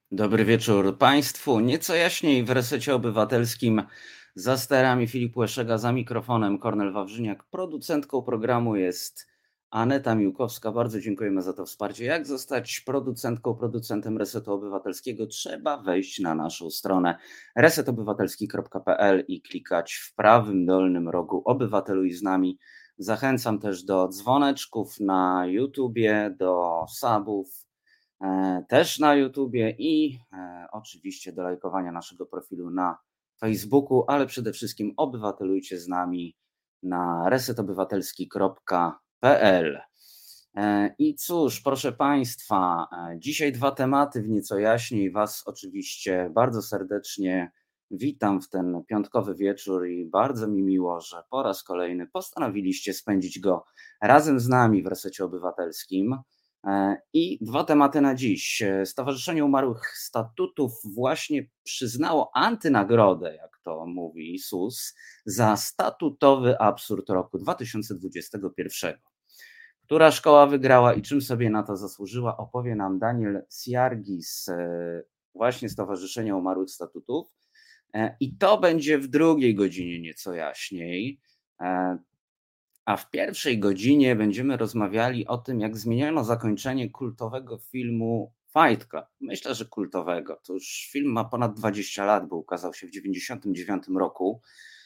Dobry wieczór Państwu. Nieco jaśniej w Resecie Obywatelskim za sterami Filip Łeszega, za mikrofonem Kornel Wawrzyniak. Producentką programu jest Aneta Miłkowska. Bardzo dziękujemy za to wsparcie. Jak zostać producentem Resetu Obywatelskiego? Trzeba wejść na naszą stronę resetobywatelski.pl i klikać w prawym dolnym rogu Obywateluj z nami. Zachęcam też do dzwoneczków na YouTubie, do subów też na YouTubie i oczywiście do lajkowania naszego profilu na Facebooku, ale przede wszystkim obywatelujcie z nami na resetobywatelski.pl. I cóż, proszę Państwa, dzisiaj dwa tematy w nieco jaśniej. Was oczywiście bardzo serdecznie witam w ten piątkowy wieczór i bardzo mi miło, że po raz kolejny postanowiliście spędzić go razem z nami w Resecie Obywatelskim. I dwa tematy na dziś. Stowarzyszenie Umarłych Statutów właśnie przyznało antynagrodę, jak to mówi SUS, za statutowy absurd roku 2021. Która szkoła wygrała i czym sobie na to zasłużyła, opowie nam Daniel Siargi z właśnie Stowarzyszenia Umarłych Statutów. I to będzie w drugiej godzinie nieco jaśniej. A w pierwszej godzinie będziemy rozmawiali o tym, jak zmieniono zakończenie kultowego filmu Fight Club. Myślę, że kultowego. To już film ma ponad 20 lat, bo ukazał się w 1999 roku.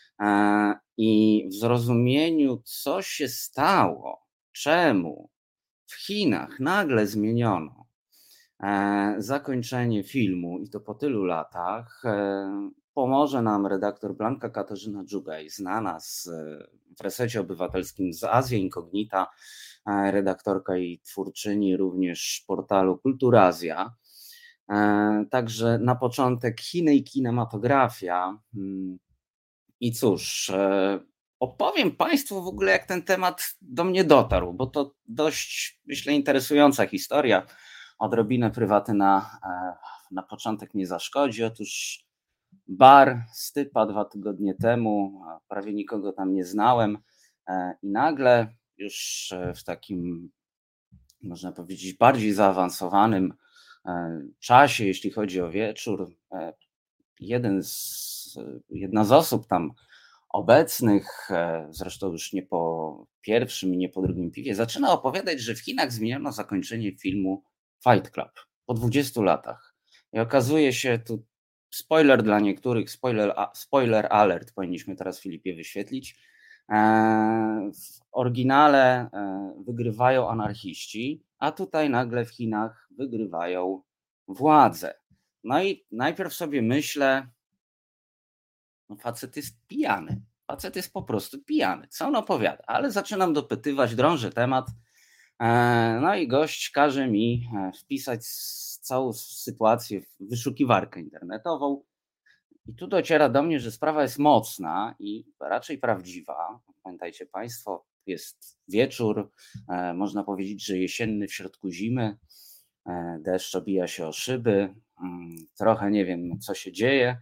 I w zrozumieniu, co się stało, czemu w Chinach nagle zmieniono zakończenie filmu i to po tylu latach, pomoże nam redaktor Blanka Katarzyna Dżugaj, znana w Resecie Obywatelskim z Azja Incognita, redaktorka i twórczyni również portalu Kulturazja. Także na początek Chiny i kinematografia. I cóż, opowiem Państwu w ogóle, jak ten temat do mnie dotarł, bo to dość, myślę, interesująca historia. Odrobinę prywaty na początek nie zaszkodzi. Otóż bar Stypa 2 tygodnie temu, prawie nikogo tam nie znałem i nagle już w takim, można powiedzieć, bardziej zaawansowanym czasie, jeśli chodzi o wieczór, jedna z osób tam obecnych, zresztą już nie po pierwszym i nie po drugim piwie, zaczyna opowiadać, że w Chinach zmieniono zakończenie filmu Fight Club po 20 latach. I okazuje się, tu spoiler dla niektórych, spoiler alert powinniśmy teraz Filipie wyświetlić. W oryginale wygrywają anarchiści, a tutaj nagle w Chinach wygrywają władze. No i najpierw sobie myślę, no facet jest pijany. Facet jest po prostu pijany. Co on opowiada? Ale zaczynam dopytywać, drążę temat. No i gość każe mi wpisać całą sytuację w wyszukiwarkę internetową. I tu dociera do mnie, że sprawa jest mocna i raczej prawdziwa. Pamiętajcie Państwo, jest wieczór, można powiedzieć, że jesienny w środku zimy. Deszcz obija się o szyby. Trochę nie wiem, co się dzieje.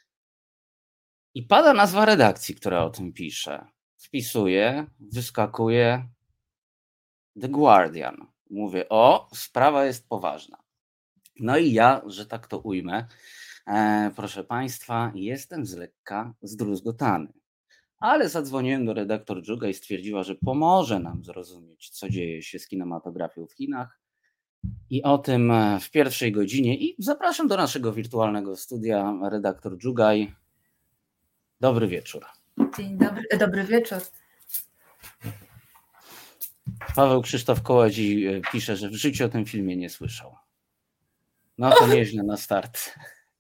I pada nazwa redakcji, która o tym pisze. Wpisuję, wyskakuje The Guardian. Mówię, o, sprawa jest poważna. No i ja, że tak to ujmę, proszę Państwa, jestem z lekka zdruzgotany. Ale zadzwoniłem do redaktor Dżuga i stwierdziła, że pomoże nam zrozumieć, co dzieje się z kinematografią w Chinach. I o tym w pierwszej godzinie. I zapraszam do naszego wirtualnego studia redaktor Dżugaj. Dobry wieczór. Dzień dobry, dobry wieczór. Paweł Krzysztof Kołodzi pisze, że w życiu o tym filmie nie słyszał. No to nieźle na start.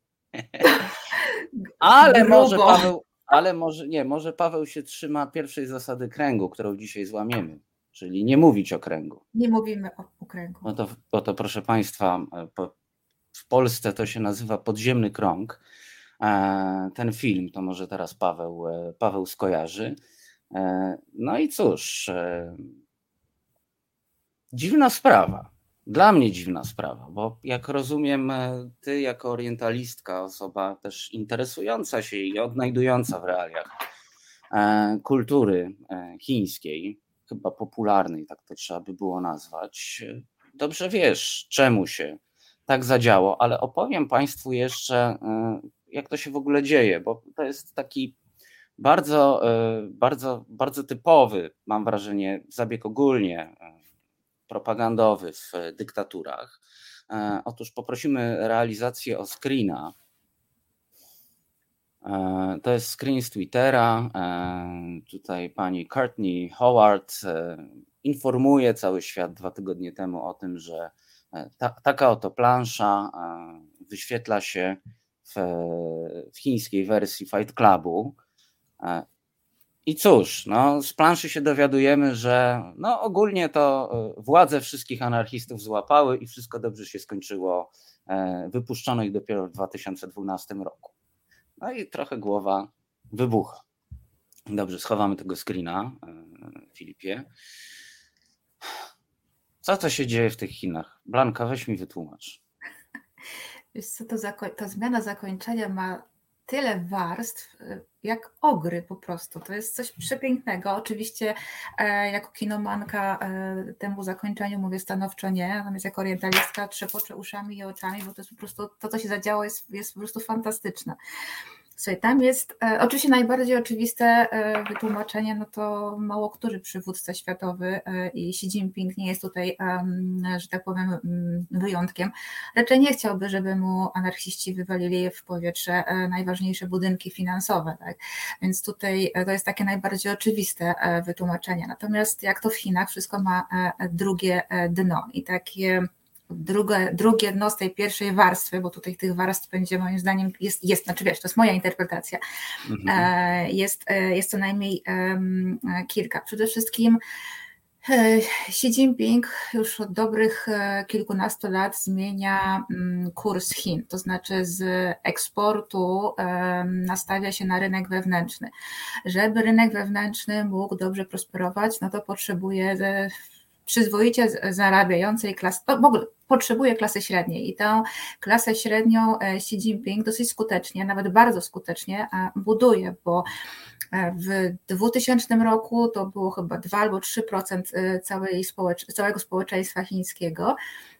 Może Paweł się trzyma pierwszej zasady kręgu, którą dzisiaj złamiemy, czyli nie mówić o kręgu. Nie mówimy o kręgu. Bo to proszę Państwa, w Polsce to się nazywa Podziemny Krąg. Ten film to może teraz Paweł skojarzy. No i cóż, dziwna sprawa. Dla mnie dziwna sprawa, bo jak rozumiem, ty jako orientalistka, osoba też interesująca się i odnajdująca w realiach kultury chińskiej, chyba popularnej, tak to trzeba by było nazwać, dobrze wiesz, czemu się tak zadziało, ale opowiem Państwu jeszcze, jak to się w ogóle dzieje, bo to jest taki bardzo typowy, mam wrażenie, zabieg ogólnie propagandowy w dyktaturach. Otóż poprosimy realizację o screena. To jest screen z Twittera. Tutaj pani Courtney Howard informuje cały świat 2 tygodnie temu o tym, że taka oto plansza wyświetla się w chińskiej wersji Fight Clubu. I cóż, no, z planszy się dowiadujemy, że no, ogólnie to władze wszystkich anarchistów złapały i wszystko dobrze się skończyło. Wypuszczono ich dopiero w 2012 roku. No i trochę głowa wybucha. Dobrze, schowamy tego screena, Filipie. Co to się dzieje w tych Chinach? Blanka, weź mi wytłumacz. Wiesz co, ta zmiana zakończenia ma tyle warstw, jak ogry po prostu. To jest coś przepięknego. Oczywiście jako kinomanka temu zakończeniu mówię stanowczo nie, natomiast jako orientalistka trzepoczę uszami i oczami, bo to jest po prostu, to co się zadziało jest po prostu fantastyczne. Słuchaj, tam jest oczywiście najbardziej oczywiste wytłumaczenie, no to mało który przywódca światowy i Xi Jinping nie jest tutaj, że tak powiem, wyjątkiem. Raczej nie chciałby, żeby mu anarchiści wywalili w powietrze najważniejsze budynki finansowe, tak? Więc tutaj to jest takie najbardziej oczywiste wytłumaczenie. Natomiast jak to w Chinach, wszystko ma drugie dno i takie drugie dno z tej pierwszej warstwy, bo tutaj tych warstw będzie moim zdaniem, znaczy wiesz, to jest moja interpretacja, jest co najmniej kilka. Przede wszystkim Xi Jinping już od dobrych kilkunastu lat zmienia kurs Chin, to znaczy z eksportu nastawia się na rynek wewnętrzny. Żeby rynek wewnętrzny mógł dobrze prosperować, no to potrzebuje przyzwoicie zarabiającej klasy, w ogóle potrzebuje klasy średniej i tę klasę średnią Xi Jinping dosyć skutecznie, nawet bardzo skutecznie buduje, bo w 2000 roku to było chyba 2 albo 3% całego społeczeństwa chińskiego.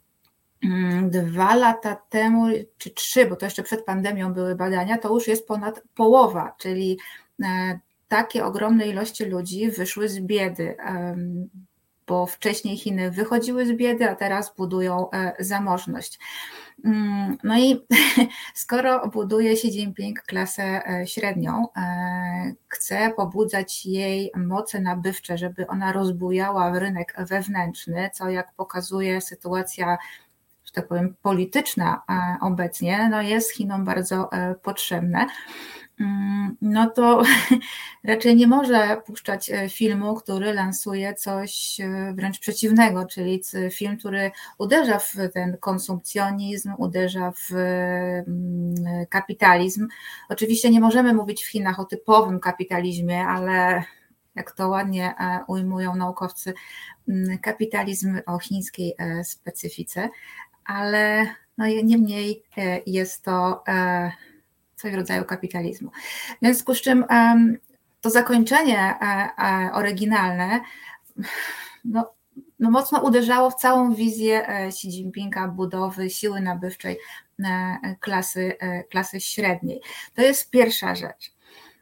2 lata temu, czy 3, bo to jeszcze przed pandemią były badania, to już jest ponad połowa, czyli takie ogromne ilości ludzi wyszły z biedy, bo wcześniej Chiny wychodziły z biedy, a teraz budują zamożność. No i skoro buduje Xi Jinping klasę średnią, chce pobudzać jej moce nabywcze, żeby ona rozbujała rynek wewnętrzny, co jak pokazuje sytuacja, że tak powiem, polityczna obecnie, no jest Chinom bardzo potrzebne. No to raczej nie może puszczać filmu, który lansuje coś wręcz przeciwnego, czyli film, który uderza w ten konsumpcjonizm, uderza w kapitalizm. Oczywiście nie możemy mówić w Chinach o typowym kapitalizmie, ale jak to ładnie ujmują naukowcy, kapitalizm o chińskiej specyfice, ale no niemniej jest to coś w rodzaju kapitalizmu. W związku z czym to zakończenie oryginalne no mocno uderzało w całą wizję Xi Jinpinga budowy siły nabywczej klasy średniej. To jest pierwsza rzecz.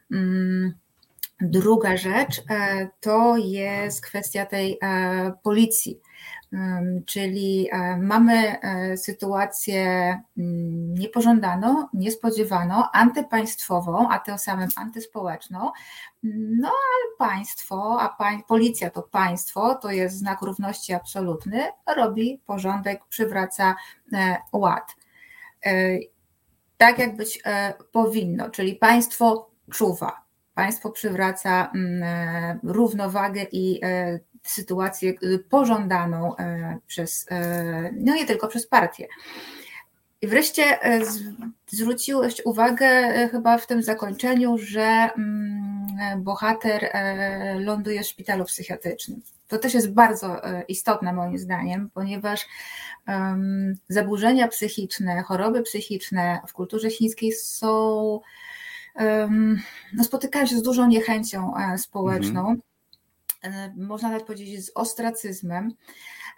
Druga rzecz to jest kwestia tej policji, czyli mamy sytuację niepożądaną, niespodziewaną, antypaństwową, a tym samym antyspołeczną, no ale państwo, policja to państwo, to jest znak równości absolutny, robi porządek, przywraca ład. Tak jak być powinno, czyli państwo czuwa. Państwo przywraca równowagę i sytuację pożądaną no nie tylko przez partię. I wreszcie zwróciłeś uwagę chyba w tym zakończeniu, że bohater ląduje w szpitalu psychiatrycznym. To też jest bardzo istotne moim zdaniem, ponieważ zaburzenia psychiczne, choroby psychiczne w kulturze chińskiej są spotykają się z dużą niechęcią społeczną, można nawet powiedzieć z ostracyzmem.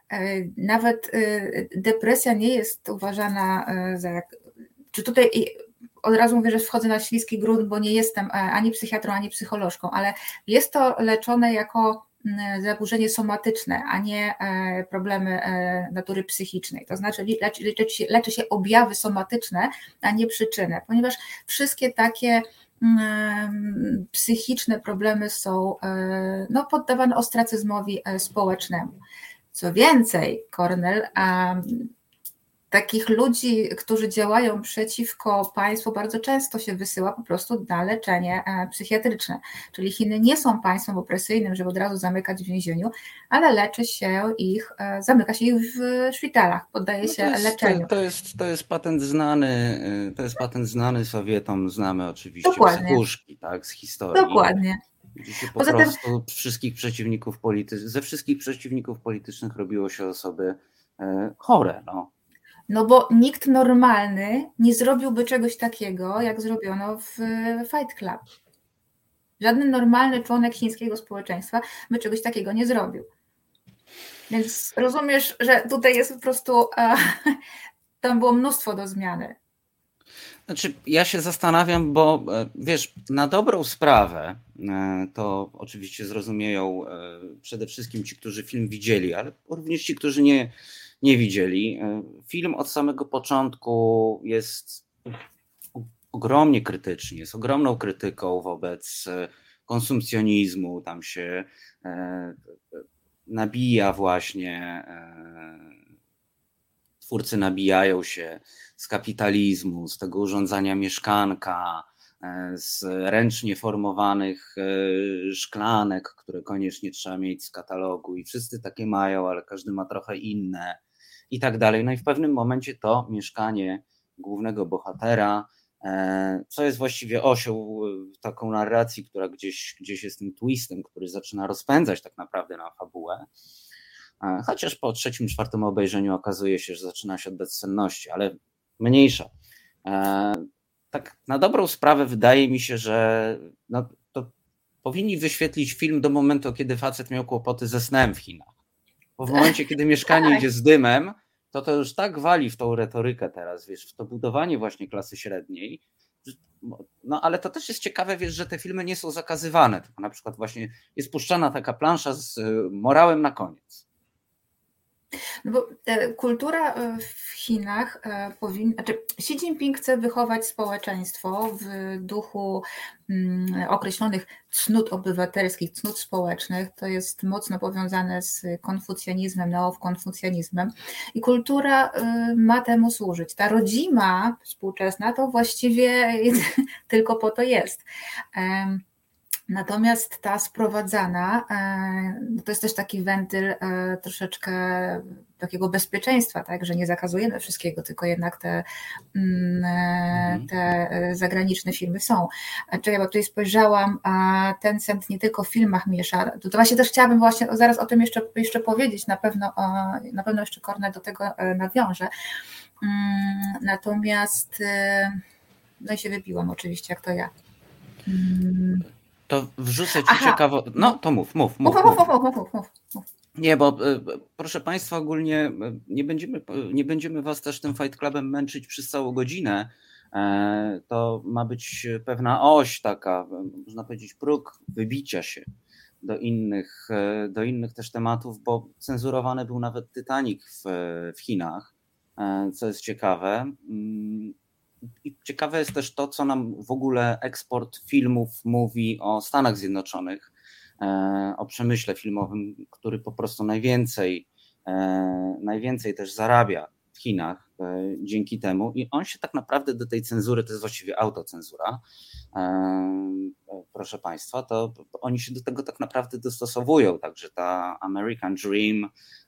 Nawet depresja nie jest uważana za... Czy tutaj od razu mówię, że wchodzę na śliski grunt, bo nie jestem ani psychiatrą, ani psycholożką, ale jest to leczone jako zaburzenie somatyczne, a nie problemy natury psychicznej. To znaczy leczy się objawy somatyczne, a nie przyczyny, ponieważ wszystkie takie psychiczne problemy są poddawane ostracyzmowi społecznemu. Co więcej, Kornel, takich ludzi, którzy działają przeciwko państwu, bardzo często się wysyła po prostu na leczenie psychiatryczne. Czyli Chiny nie są państwem opresyjnym, żeby od razu zamykać w więzieniu, ale zamyka się ich w szpitalach, poddaje się leczeniu. To jest patent znany Sowietom, znamy oczywiście psychuszki, tak, z historii. Dokładnie. Gdzie się po prostu ze wszystkich przeciwników politycznych robiło się osoby chore, No bo nikt normalny nie zrobiłby czegoś takiego, jak zrobiono w Fight Club. Żaden normalny członek chińskiego społeczeństwa by czegoś takiego nie zrobił. Więc rozumiesz, że tutaj jest po prostu, tam było mnóstwo do zmiany. Znaczy, ja się zastanawiam, bo wiesz, na dobrą sprawę to oczywiście zrozumieją przede wszystkim ci, którzy film widzieli, ale również ci, którzy nie widzieli. Film od samego początku jest ogromnie krytyczny, jest ogromną krytyką wobec konsumpcjonizmu, tam się nabija właśnie, twórcy nabijają się z kapitalizmu, z tego urządzania mieszkanka, z ręcznie formowanych szklanek, które koniecznie trzeba mieć z katalogu i wszyscy takie mają, ale każdy ma trochę inne i tak dalej. No i w pewnym momencie to mieszkanie głównego bohatera, co jest właściwie osią taką narracji, która gdzieś jest tym twistem, który zaczyna rozpędzać tak naprawdę na fabułę. Chociaż po trzecim, czwartym obejrzeniu okazuje się, że zaczyna się od bezsenności, ale mniejsza. Tak na dobrą sprawę wydaje mi się, że to powinni wyświetlić film do momentu, kiedy facet miał kłopoty ze snem w Chinach. Bo w momencie, kiedy mieszkanie idzie z dymem, to już tak wali w tą retorykę teraz, wiesz, w to budowanie właśnie klasy średniej. No ale to też jest ciekawe, wiesz, że te filmy nie są zakazywane, tylko na przykład właśnie jest puszczana taka plansza z morałem na koniec. No bo kultura w Chinach Xi Jinping chce wychować społeczeństwo w duchu określonych cnót obywatelskich, cnót społecznych. To jest mocno powiązane z konfucjanizmem, neokonfucjanizmem i kultura ma temu służyć. Ta rodzima współczesna to właściwie tylko po to jest. Natomiast ta sprowadzana, to jest też taki wentyl troszeczkę takiego bezpieczeństwa, tak, że nie zakazujemy wszystkiego, tylko jednak te zagraniczne filmy są. Czekaj, bo tutaj spojrzałam, a Tencent nie tylko w filmach miesza, to właśnie też chciałabym właśnie zaraz o tym jeszcze powiedzieć, na pewno jeszcze Kornel do tego nawiąże. Natomiast no i się wybiłam oczywiście, jak to ja. To wrzucę ci ciekawo. No to mów. Mów. Nie, bo proszę Państwa, ogólnie nie będziemy Was też tym Fight Clubem męczyć przez całą godzinę. To ma być pewna oś taka, można powiedzieć, próg wybicia się do innych też tematów, bo cenzurowany był nawet Titanic w Chinach, co jest ciekawe. I ciekawe jest też to, co nam w ogóle eksport filmów mówi o Stanach Zjednoczonych, o przemyśle filmowym, który po prostu najwięcej też zarabia w Chinach dzięki temu. I on się tak naprawdę do tej cenzury, to jest właściwie autocenzura, proszę Państwa, to oni się do tego tak naprawdę dostosowują. Także ta American Dream,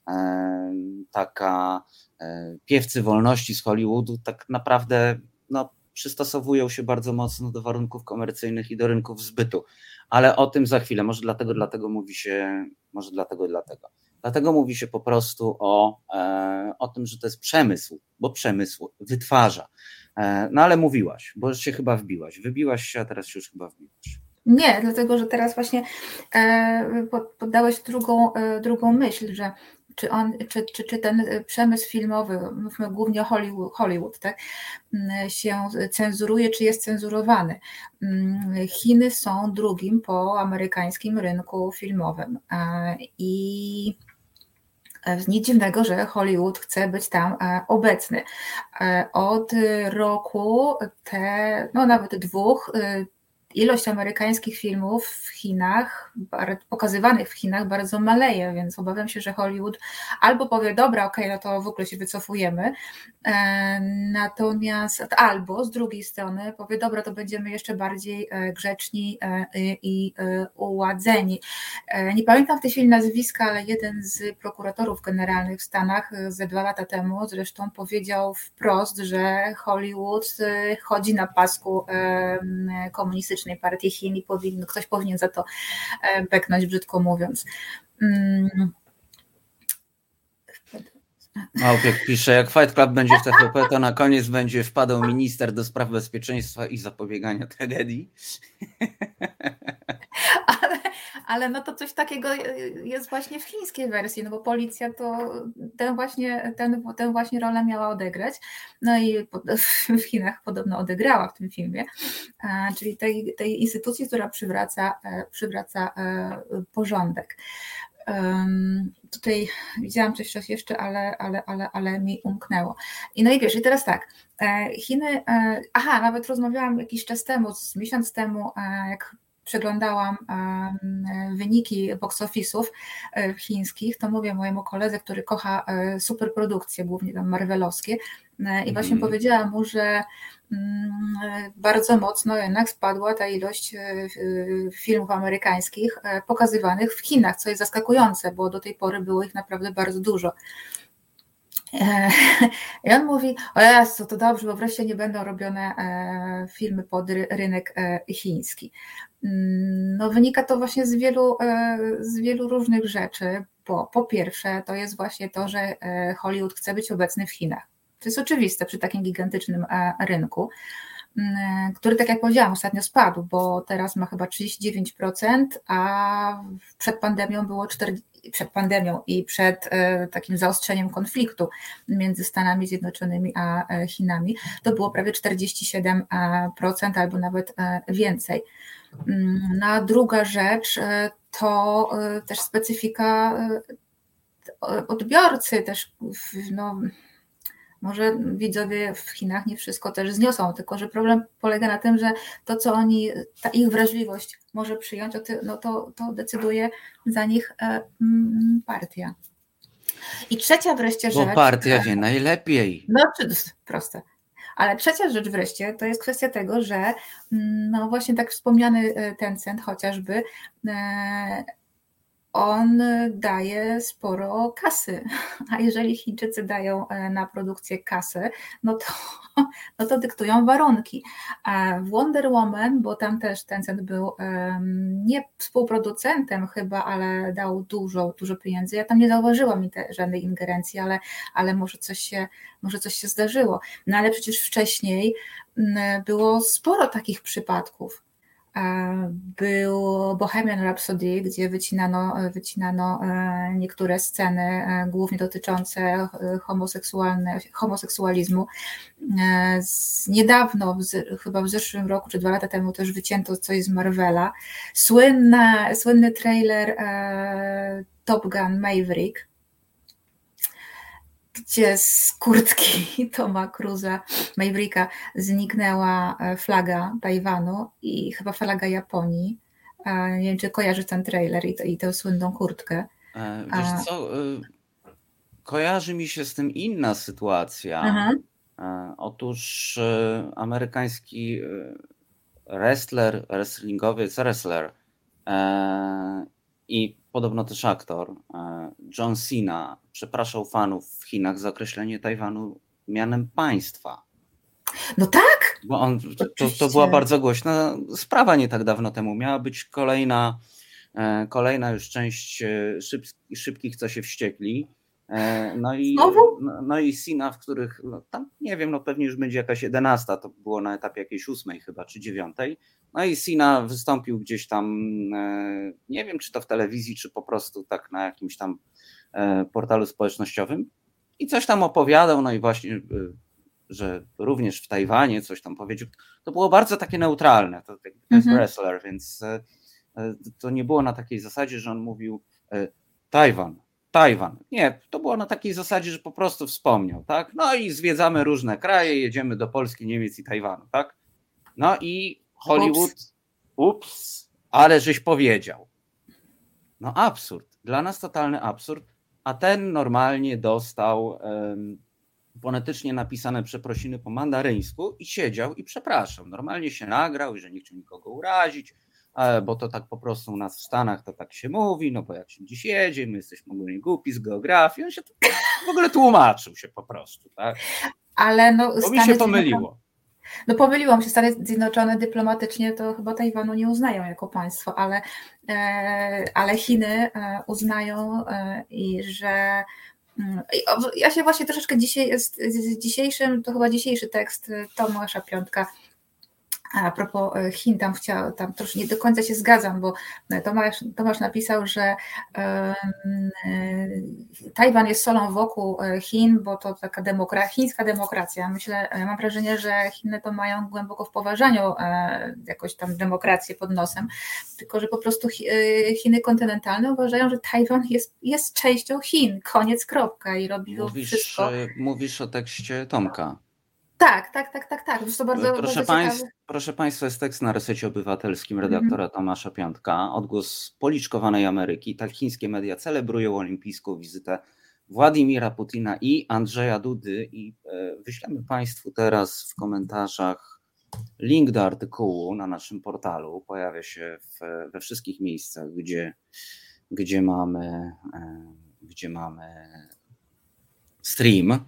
taka piewcy wolności z Hollywoodu tak naprawdę przystosowują się bardzo mocno do warunków komercyjnych i do rynków zbytu. Ale o tym za chwilę. Może dlatego mówi się, Dlatego mówi się po prostu o tym, że to jest przemysł, bo przemysł wytwarza. No ale mówiłaś, bo się chyba wybiłaś się, a teraz się już chyba wbiłaś. Nie, dlatego że teraz właśnie poddałeś drugą myśl, że czy ten przemysł filmowy, mówmy głównie Hollywood, tak, się cenzuruje, czy jest cenzurowany. Chiny są drugim po amerykańskim rynku filmowym i nic dziwnego, że Hollywood chce być tam obecny. Od roku no nawet 2, ilość amerykańskich filmów w Chinach, pokazywanych w Chinach bardzo maleje, więc obawiam się, że Hollywood albo powie, dobra, okej, no to w ogóle się wycofujemy, natomiast albo z drugiej strony powie, dobra, to będziemy jeszcze bardziej grzeczni i uładzeni. Nie pamiętam w tej chwili nazwiska, ale jeden z prokuratorów generalnych w Stanach ze 2 lata temu zresztą powiedział wprost, że Hollywood chodzi na pasku komunistycznej partii Chin i ktoś powinien za to beknąć, brzydko mówiąc. Małpiek pisze, jak Fight Club będzie w TVP, to na koniec będzie wpadał minister do spraw bezpieczeństwa i zapobiegania tragedii. Ale no to coś takiego jest właśnie w chińskiej wersji, no bo policja to tę właśnie rolę miała odegrać, no i w Chinach podobno odegrała w tym filmie, czyli tej instytucji, która przywraca porządek. Tutaj widziałam coś jeszcze, ale mi umknęło. I no i wiesz, i teraz tak, Chiny, nawet rozmawiałam jakiś czas temu, miesiąc temu, jak przeglądałam wyniki box office'ów chińskich, to mówię mojemu koledze, który kocha superprodukcje, głównie tam marvelowskie, i właśnie powiedziałam mu, że bardzo mocno jednak spadła ta ilość filmów amerykańskich pokazywanych w Chinach, co jest zaskakujące, bo do tej pory było ich naprawdę bardzo dużo. I on mówi, o Jezu, to dobrze, bo wreszcie nie będą robione filmy pod rynek chiński. No, wynika to właśnie z wielu różnych rzeczy, bo po pierwsze to jest właśnie to, że Hollywood chce być obecny w Chinach. To jest oczywiste przy takim gigantycznym rynku, który, tak jak powiedziałam, ostatnio spadł, bo teraz ma chyba 39%, a przed pandemią było 40%. Przed pandemią i przed takim zaostrzeniem konfliktu między Stanami Zjednoczonymi a Chinami, to było prawie 47% albo nawet więcej. No, druga rzecz to też specyfika odbiorcy, też no, może widzowie w Chinach nie wszystko też zniosą, tylko że problem polega na tym, że to, co oni, ta ich wrażliwość może przyjąć, to decyduje za nich partia. I trzecia wreszcie rzecz... Bo partia wie najlepiej. No, proste. Ale trzecia rzecz wreszcie to jest kwestia tego, że no właśnie tak wspomniany Tencent chociażby, on daje sporo kasy, a jeżeli Chińczycy dają na produkcję kasę, no to dyktują warunki. W Wonder Woman, bo tam też Tencent był nie współproducentem chyba, ale dał dużo pieniędzy. Ja tam nie zauważyłam żadnej ingerencji, ale może coś się zdarzyło. No ale przecież wcześniej było sporo takich przypadków. Był Bohemian Rhapsody, gdzie wycinano niektóre sceny, głównie dotyczące homoseksualizmu. Niedawno, chyba w zeszłym roku czy 2 lata temu też wycięto coś z Marvela. Słynny trailer Top Gun Maverick, gdzie z kurtki Toma Cruza, Mavericka, zniknęła flaga Tajwanu i chyba flaga Japonii. Nie wiem, czy kojarzysz ten trailer i tę słynną kurtkę. Wiesz co, kojarzy mi się z tym inna sytuacja. Otóż amerykański wrestlingowiec i podobno też aktor John Cena przepraszał fanów w Chinach za określenie Tajwanu mianem państwa. No tak! Bo to była bardzo głośna sprawa nie tak dawno temu. Miała być kolejna już część Szybkich, co się wściekli. No i Cena, w których tam nie wiem, pewnie już będzie jakaś 11, to było na etapie jakiejś 8 chyba, czy 9. No i Cena wystąpił gdzieś tam, nie wiem czy to w telewizji, czy po prostu tak na jakimś tam portalu społecznościowym i coś tam opowiadał, no i właśnie, że również w Tajwanie coś tam powiedział. To było bardzo takie neutralne, to jest wrestler, więc to nie było na takiej zasadzie, że on mówił Tajwan. Nie, to było na takiej zasadzie, że po prostu wspomniał, tak? No i zwiedzamy różne kraje, jedziemy do Polski, Niemiec i Tajwanu, tak? No i Hollywood, ale żeś powiedział. No absurd, dla nas totalny absurd, a ten normalnie dostał fonetycznie napisane przeprosiny po mandaryńsku i siedział i przepraszał. Normalnie się nagrał, że nie chciał nikogo urazić, bo to tak po prostu u nas w Stanach to tak się mówi, no bo jak się dziś jedzie, my jesteśmy ogólnie głupi z geografii, on się w ogóle tłumaczył się po prostu, tak? Ale no, bo mi się pomyliło. No pomyliłam się, Stany Zjednoczone dyplomatycznie to chyba Tajwanu nie uznają jako państwo, ale Chiny uznają i że ja się właśnie troszeczkę dzisiaj z dzisiejszym, to chyba dzisiejszy tekst Tomasza Piątka a propos Chin, tam troszkę nie do końca się zgadzam, bo Tomasz napisał, że Tajwan jest solą wokół Chin, bo to taka chińska demokracja. Mam wrażenie, że Chiny to mają głęboko w poważaniu jakoś tam demokrację pod nosem, tylko że po prostu Chiny kontynentalne uważają, że Tajwan jest częścią Chin, koniec, kropka i robi wszystko. Mówisz o tekście Tomka. Tak. To bardzo, proszę Państwa, jest tekst na Resecie Obywatelskim redaktora Tomasza Piątka. Odgłos policzkowanej Ameryki. Tak chińskie media celebrują olimpijską wizytę Władimira Putina i Andrzeja Dudy i wyślemy Państwu teraz w komentarzach link do artykułu na naszym portalu. Pojawia się we wszystkich miejscach, gdzie mamy stream.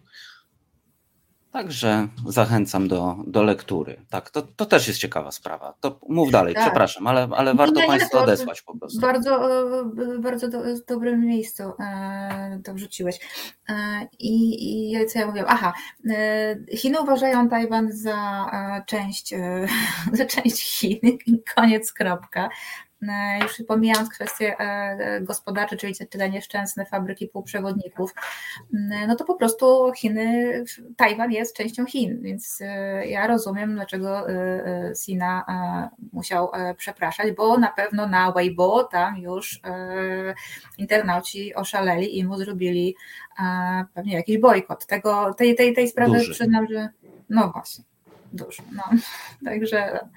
Także zachęcam do lektury. Tak, to też jest ciekawa sprawa. To mów dalej, tak. Przepraszam, ale warto Państwu odesłać po prostu. Bardzo dobrym miejscu to wrzuciłeś. I co ja mówiłam? Chiny uważają Tajwan za część Chin i koniec, kropka. Już pomijając kwestie gospodarcze, czyli te nieszczęsne fabryki półprzewodników, no to po prostu Tajwan jest częścią Chin, więc ja rozumiem, dlaczego Sina musiał przepraszać, bo na pewno na Weibo tam już internauci oszaleli i mu zrobili pewnie jakiś bojkot. Tej sprawy duży. Przyznam, że no właśnie, duży. No. Także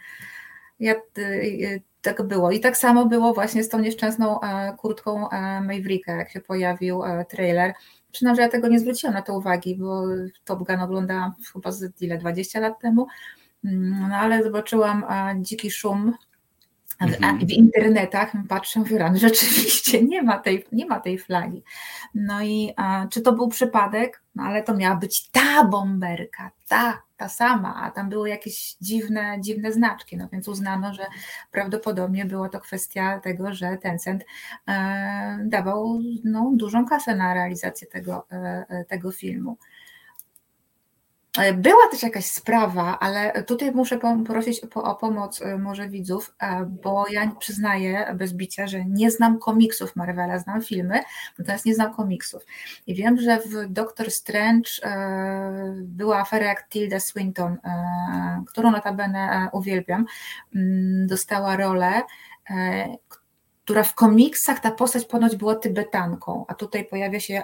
tak było. I tak samo było właśnie z tą nieszczęsną kurtką Mavericka, jak się pojawił trailer. Przyznam, że ja tego nie zwróciłam na to uwagi, bo Top Gun oglądałam chyba 20 lat temu, no ale zobaczyłam dziki szum w internetach, patrzę, mówię, rzeczywiście nie ma tej flagi. No i czy to był przypadek? No ale to miała być ta bomberka, ta sama, a tam były jakieś dziwne znaczki, no więc uznano, że prawdopodobnie była to kwestia tego, że Tencent dawał dużą kasę na realizację tego filmu. Była też jakaś sprawa, ale tutaj muszę prosić o pomoc może widzów, bo ja przyznaję bez bicia, że nie znam komiksów Marvela, znam filmy, natomiast nie znam komiksów. I wiem, że w Doctor Strange była afera jak Tilda Swinton, którą notabene uwielbiam, dostała rolę, która w komiksach ta postać ponoć była Tybetanką, a tutaj pojawia się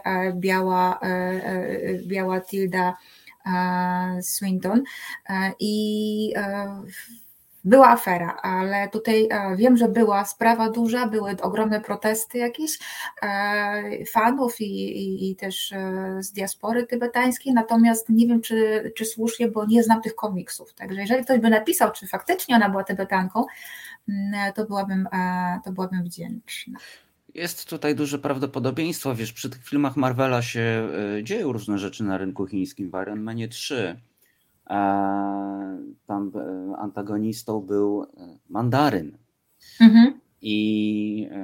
biała Tilda Swinton i była afera, ale tutaj wiem, że była sprawa duża, były ogromne protesty jakieś fanów i też z diaspory tybetańskiej, natomiast nie wiem, czy słusznie, bo nie znam tych komiksów, także jeżeli ktoś by napisał, czy faktycznie ona była Tybetanką, to byłabym wdzięczna. Jest tutaj duże prawdopodobieństwo, wiesz, przy tych filmach Marvela się dzieją różne rzeczy na rynku chińskim. W Iron Manie 3 tam antagonistą był Mandaryn. I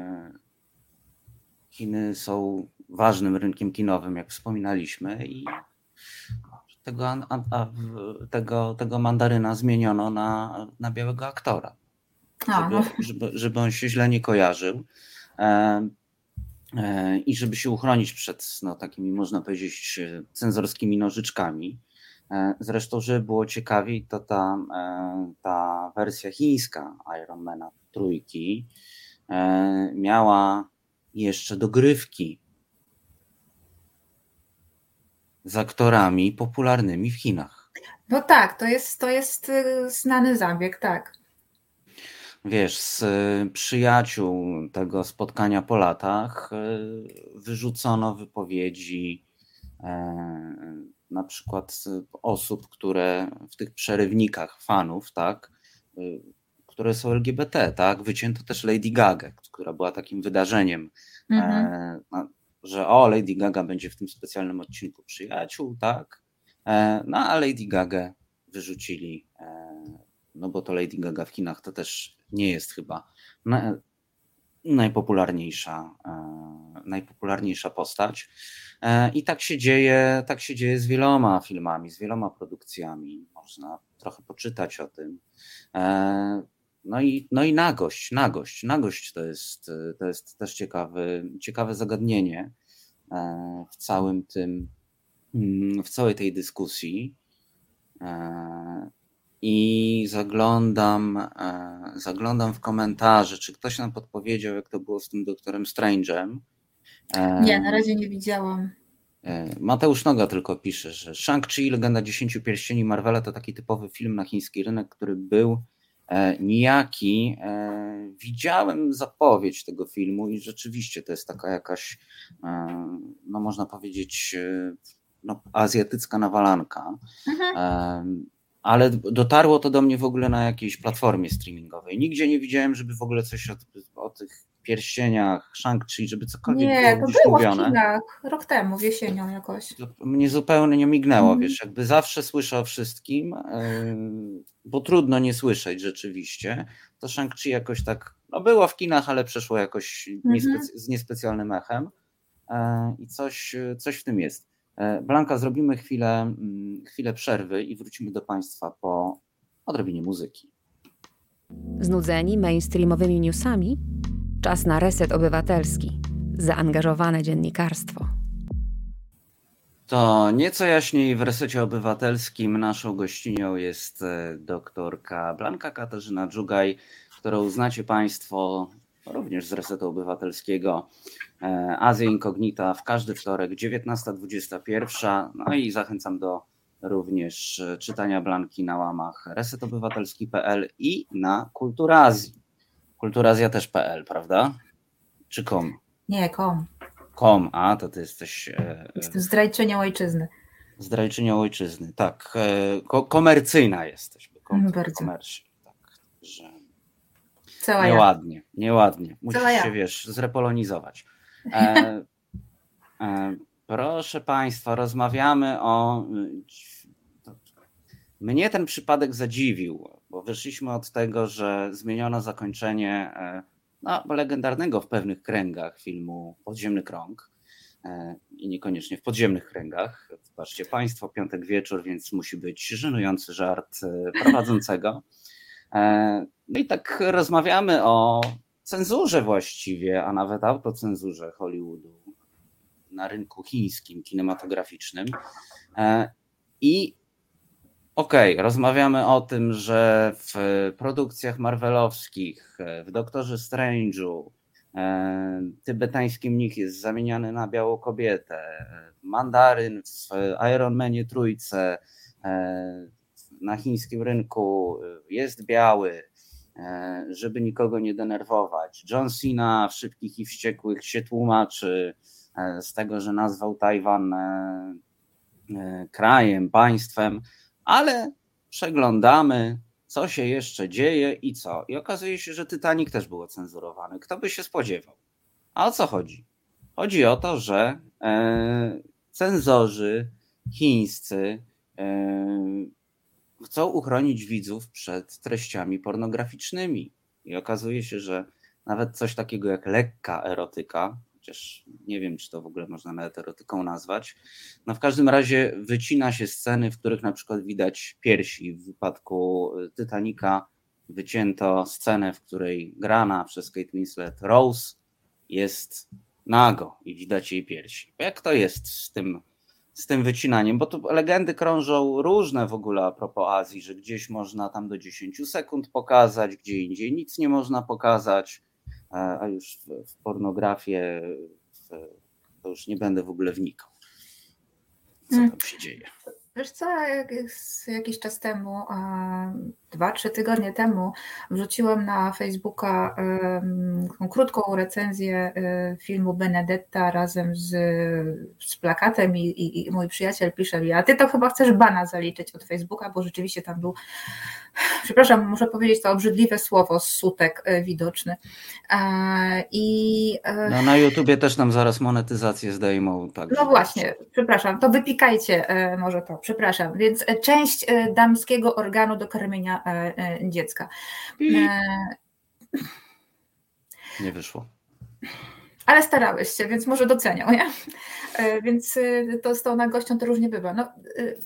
Chiny są ważnym rynkiem kinowym, jak wspominaliśmy, i tego Mandaryna zmieniono na białego aktora, żeby on się źle nie kojarzył. i żeby się uchronić przed takimi, można powiedzieć, cenzorskimi nożyczkami. Zresztą, żeby było ciekawiej, to ta wersja chińska Ironmana trójki miała jeszcze dogrywki z aktorami popularnymi w Chinach. No tak, to jest znany zabieg, tak. Wiesz, z przyjaciół tego spotkania po latach wyrzucono wypowiedzi na przykład osób, które w tych przerywnikach fanów, tak, które są LGBT, tak, wycięto też Lady Gaga, która była takim wydarzeniem, że Lady Gaga będzie w tym specjalnym odcinku Przyjaciół, tak, a Lady Gaga wyrzucili, bo to Lady Gaga w Chinach to też nie jest chyba najpopularniejsza postać. I tak się dzieje z wieloma filmami, z wieloma produkcjami. Można trochę poczytać o tym. No i nagość. Nagość to jest też ciekawe zagadnienie w całej tej dyskusji. I zaglądam w komentarze, czy ktoś nam podpowiedział, jak to było z tym Doktorem Strange'em. Nie, na razie nie widziałam. Mateusz Noga tylko pisze, że Shang-Chi, Legenda 10 Pierścieni Marvela to taki typowy film na chiński rynek, który był nijaki. Widziałem zapowiedź tego filmu i rzeczywiście to jest taka jakaś, można powiedzieć, azjatycka nawalanka. Ale dotarło to do mnie w ogóle na jakiejś platformie streamingowej. Nigdzie nie widziałem, żeby w ogóle coś o tych pierścieniach, Shang-Chi, żeby cokolwiek było gdzieś mówione. W kinach rok temu, jesienią jakoś. Mnie zupełnie nie mignęło, wiesz, jakby zawsze słyszę o wszystkim, bo trudno nie słyszeć rzeczywiście. To Shang-Chi jakoś tak, było w kinach, ale przeszło jakoś z niespecjalnym echem i coś w tym jest. Blanka, zrobimy chwilę przerwy i wrócimy do Państwa po odrobinie muzyki. Znudzeni mainstreamowymi newsami? Czas na reset obywatelski. Zaangażowane dziennikarstwo. To nieco jaśniej w resecie obywatelskim naszą gościnią jest doktorka Blanka Katarzyna Dżugaj, którą znacie Państwo również z resetu obywatelskiego. Azja Incognita w każdy wtorek 19:21. No i zachęcam do również czytania Blanki na łamach resetobywatelski.pl i na Kulturazji. Kulturazja też.pl, prawda? Czy com? Nie, com. Com, to ty jesteś... Jestem zdrajczynią ojczyzny. Zdrajczynią ojczyzny, tak. Komercyjna jesteś. Bardzo. Tak, że... Nieładnie. Musisz się, wiesz, zrepolonizować. Proszę Państwa, rozmawiamy o... Mnie ten przypadek zadziwił, bo wyszliśmy od tego, że zmieniono zakończenie legendarnego w pewnych kręgach filmu Podziemny Krąg i niekoniecznie w podziemnych kręgach. Zobaczcie Państwo, piątek wieczór, więc musi być żenujący żart prowadzącego. No i tak rozmawiamy o cenzurze właściwie, a nawet autocenzurze Hollywoodu na rynku chińskim, kinematograficznym. I rozmawiamy o tym, że w produkcjach marvelowskich, w Doktorze Strange'u tybetański mnich jest zamieniany na białą kobietę, Mandaryn w Iron Manie trójce na chińskim rynku jest biały, żeby nikogo nie denerwować. John Cena w Szybkich i Wściekłych się tłumaczy z tego, że nazwał Tajwan krajem, państwem, ale przeglądamy, co się jeszcze dzieje i co. I okazuje się, że Titanic też był cenzurowany. Kto by się spodziewał? A o co chodzi? Chodzi o to, że cenzorzy chińscy chcą uchronić widzów przed treściami pornograficznymi. I okazuje się, że nawet coś takiego jak lekka erotyka, chociaż nie wiem, czy to w ogóle można nawet erotyką nazwać, w każdym razie wycina się sceny, w których na przykład widać piersi. W wypadku Titanica wycięto scenę, w której grana przez Kate Winslet Rose jest nago i widać jej piersi. Jak to jest z tym wycinaniem? Bo tu legendy krążą różne w ogóle a propos Azji, że gdzieś można tam do 10 sekund pokazać, gdzie indziej nic nie można pokazać, a już w pornografię to już nie będę w ogóle wnikał. Co tam się dzieje? Wiesz co, jakiś czas temu, 2-3 tygodnie temu wrzuciłam na Facebooka krótką recenzję filmu Benedetta razem z plakatem i mój przyjaciel pisze mi, a ty to chyba chcesz bana zaliczyć od Facebooka, bo rzeczywiście tam był, przepraszam, muszę powiedzieć to obrzydliwe słowo, sutek widoczny. No na YouTubie też nam zaraz monetyzację zdejmą. Tak, no właśnie, przepraszam, to wypikajcie może to, przepraszam. Więc część damskiego organu do karmienia dziecka. Nie wyszło. Ale starałeś się, więc może docenią, nie? Więc to z tą nagością to różnie bywa. No,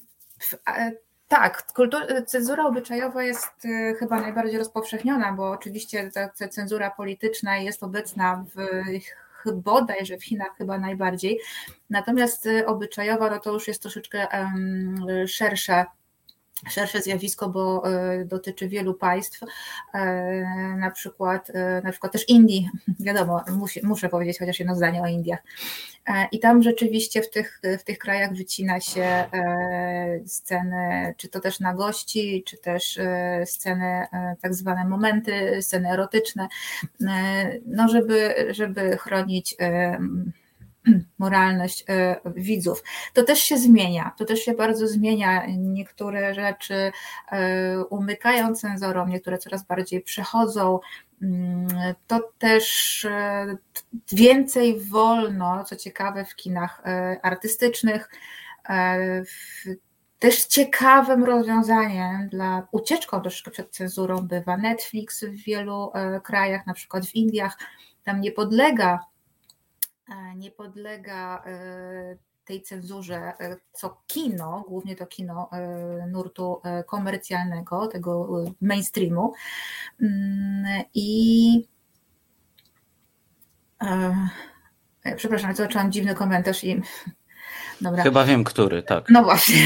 tak, cenzura obyczajowa jest chyba najbardziej rozpowszechniona, bo oczywiście ta cenzura polityczna jest obecna bodajże w Chinach chyba najbardziej. Natomiast obyczajowa no to już jest troszeczkę szersze zjawisko, bo dotyczy wielu państw, na przykład też Indii, wiadomo, muszę powiedzieć chociaż jedno zdanie o Indiach. I tam rzeczywiście w tych krajach wycina się sceny, czy to też nagości, czy też sceny, tak zwane momenty, sceny erotyczne, no żeby chronić moralność widzów. To też się zmienia, to też się bardzo zmienia. Niektóre rzeczy umykają cenzorom, niektóre coraz bardziej przechodzą. To też więcej wolno, co ciekawe, w kinach artystycznych. Też ciekawym rozwiązaniem ucieczką troszkę przed cenzurą bywa Netflix w wielu krajach, na przykład w Indiach. Tam nie podlega tej cenzurze co kino, głównie to kino nurtu komercjalnego, tego mainstreamu. I przepraszam, zobaczyłam dziwny komentarz i dobra. Chyba wiem, który, tak. No właśnie.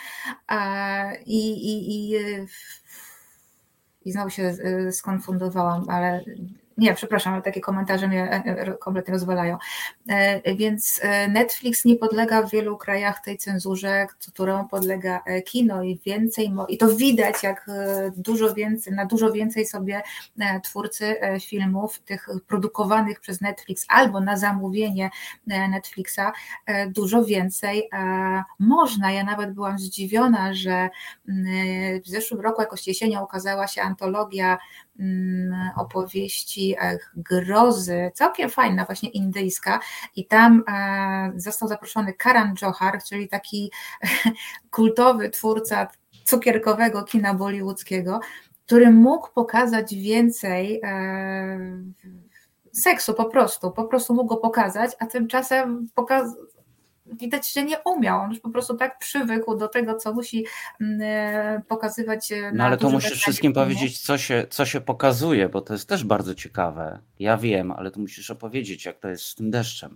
I znowu się skonfundowałam, ale nie, przepraszam, ale takie komentarze mnie kompletnie rozwalają. Więc Netflix nie podlega w wielu krajach tej cenzurze, którą podlega kino i to widać, jak dużo więcej sobie twórcy filmów, tych produkowanych przez Netflix albo na zamówienie Netflixa, dużo więcej można. Ja nawet byłam zdziwiona, że w zeszłym roku jakoś jesienią ukazała się antologia opowieści grozy, całkiem fajna, właśnie indyjska, i tam został zaproszony Karan Johar, czyli taki kultowy twórca cukierkowego kina bollywoodzkiego, który mógł pokazać więcej seksu po prostu mógł go pokazać, a tymczasem widać, że nie umiał. On już po prostu tak przywykł do tego, co musi pokazywać. No ale to musisz wszystkim powiedzieć, co się pokazuje, bo to jest też bardzo ciekawe. Ja wiem, ale to musisz opowiedzieć, jak to jest z tym deszczem.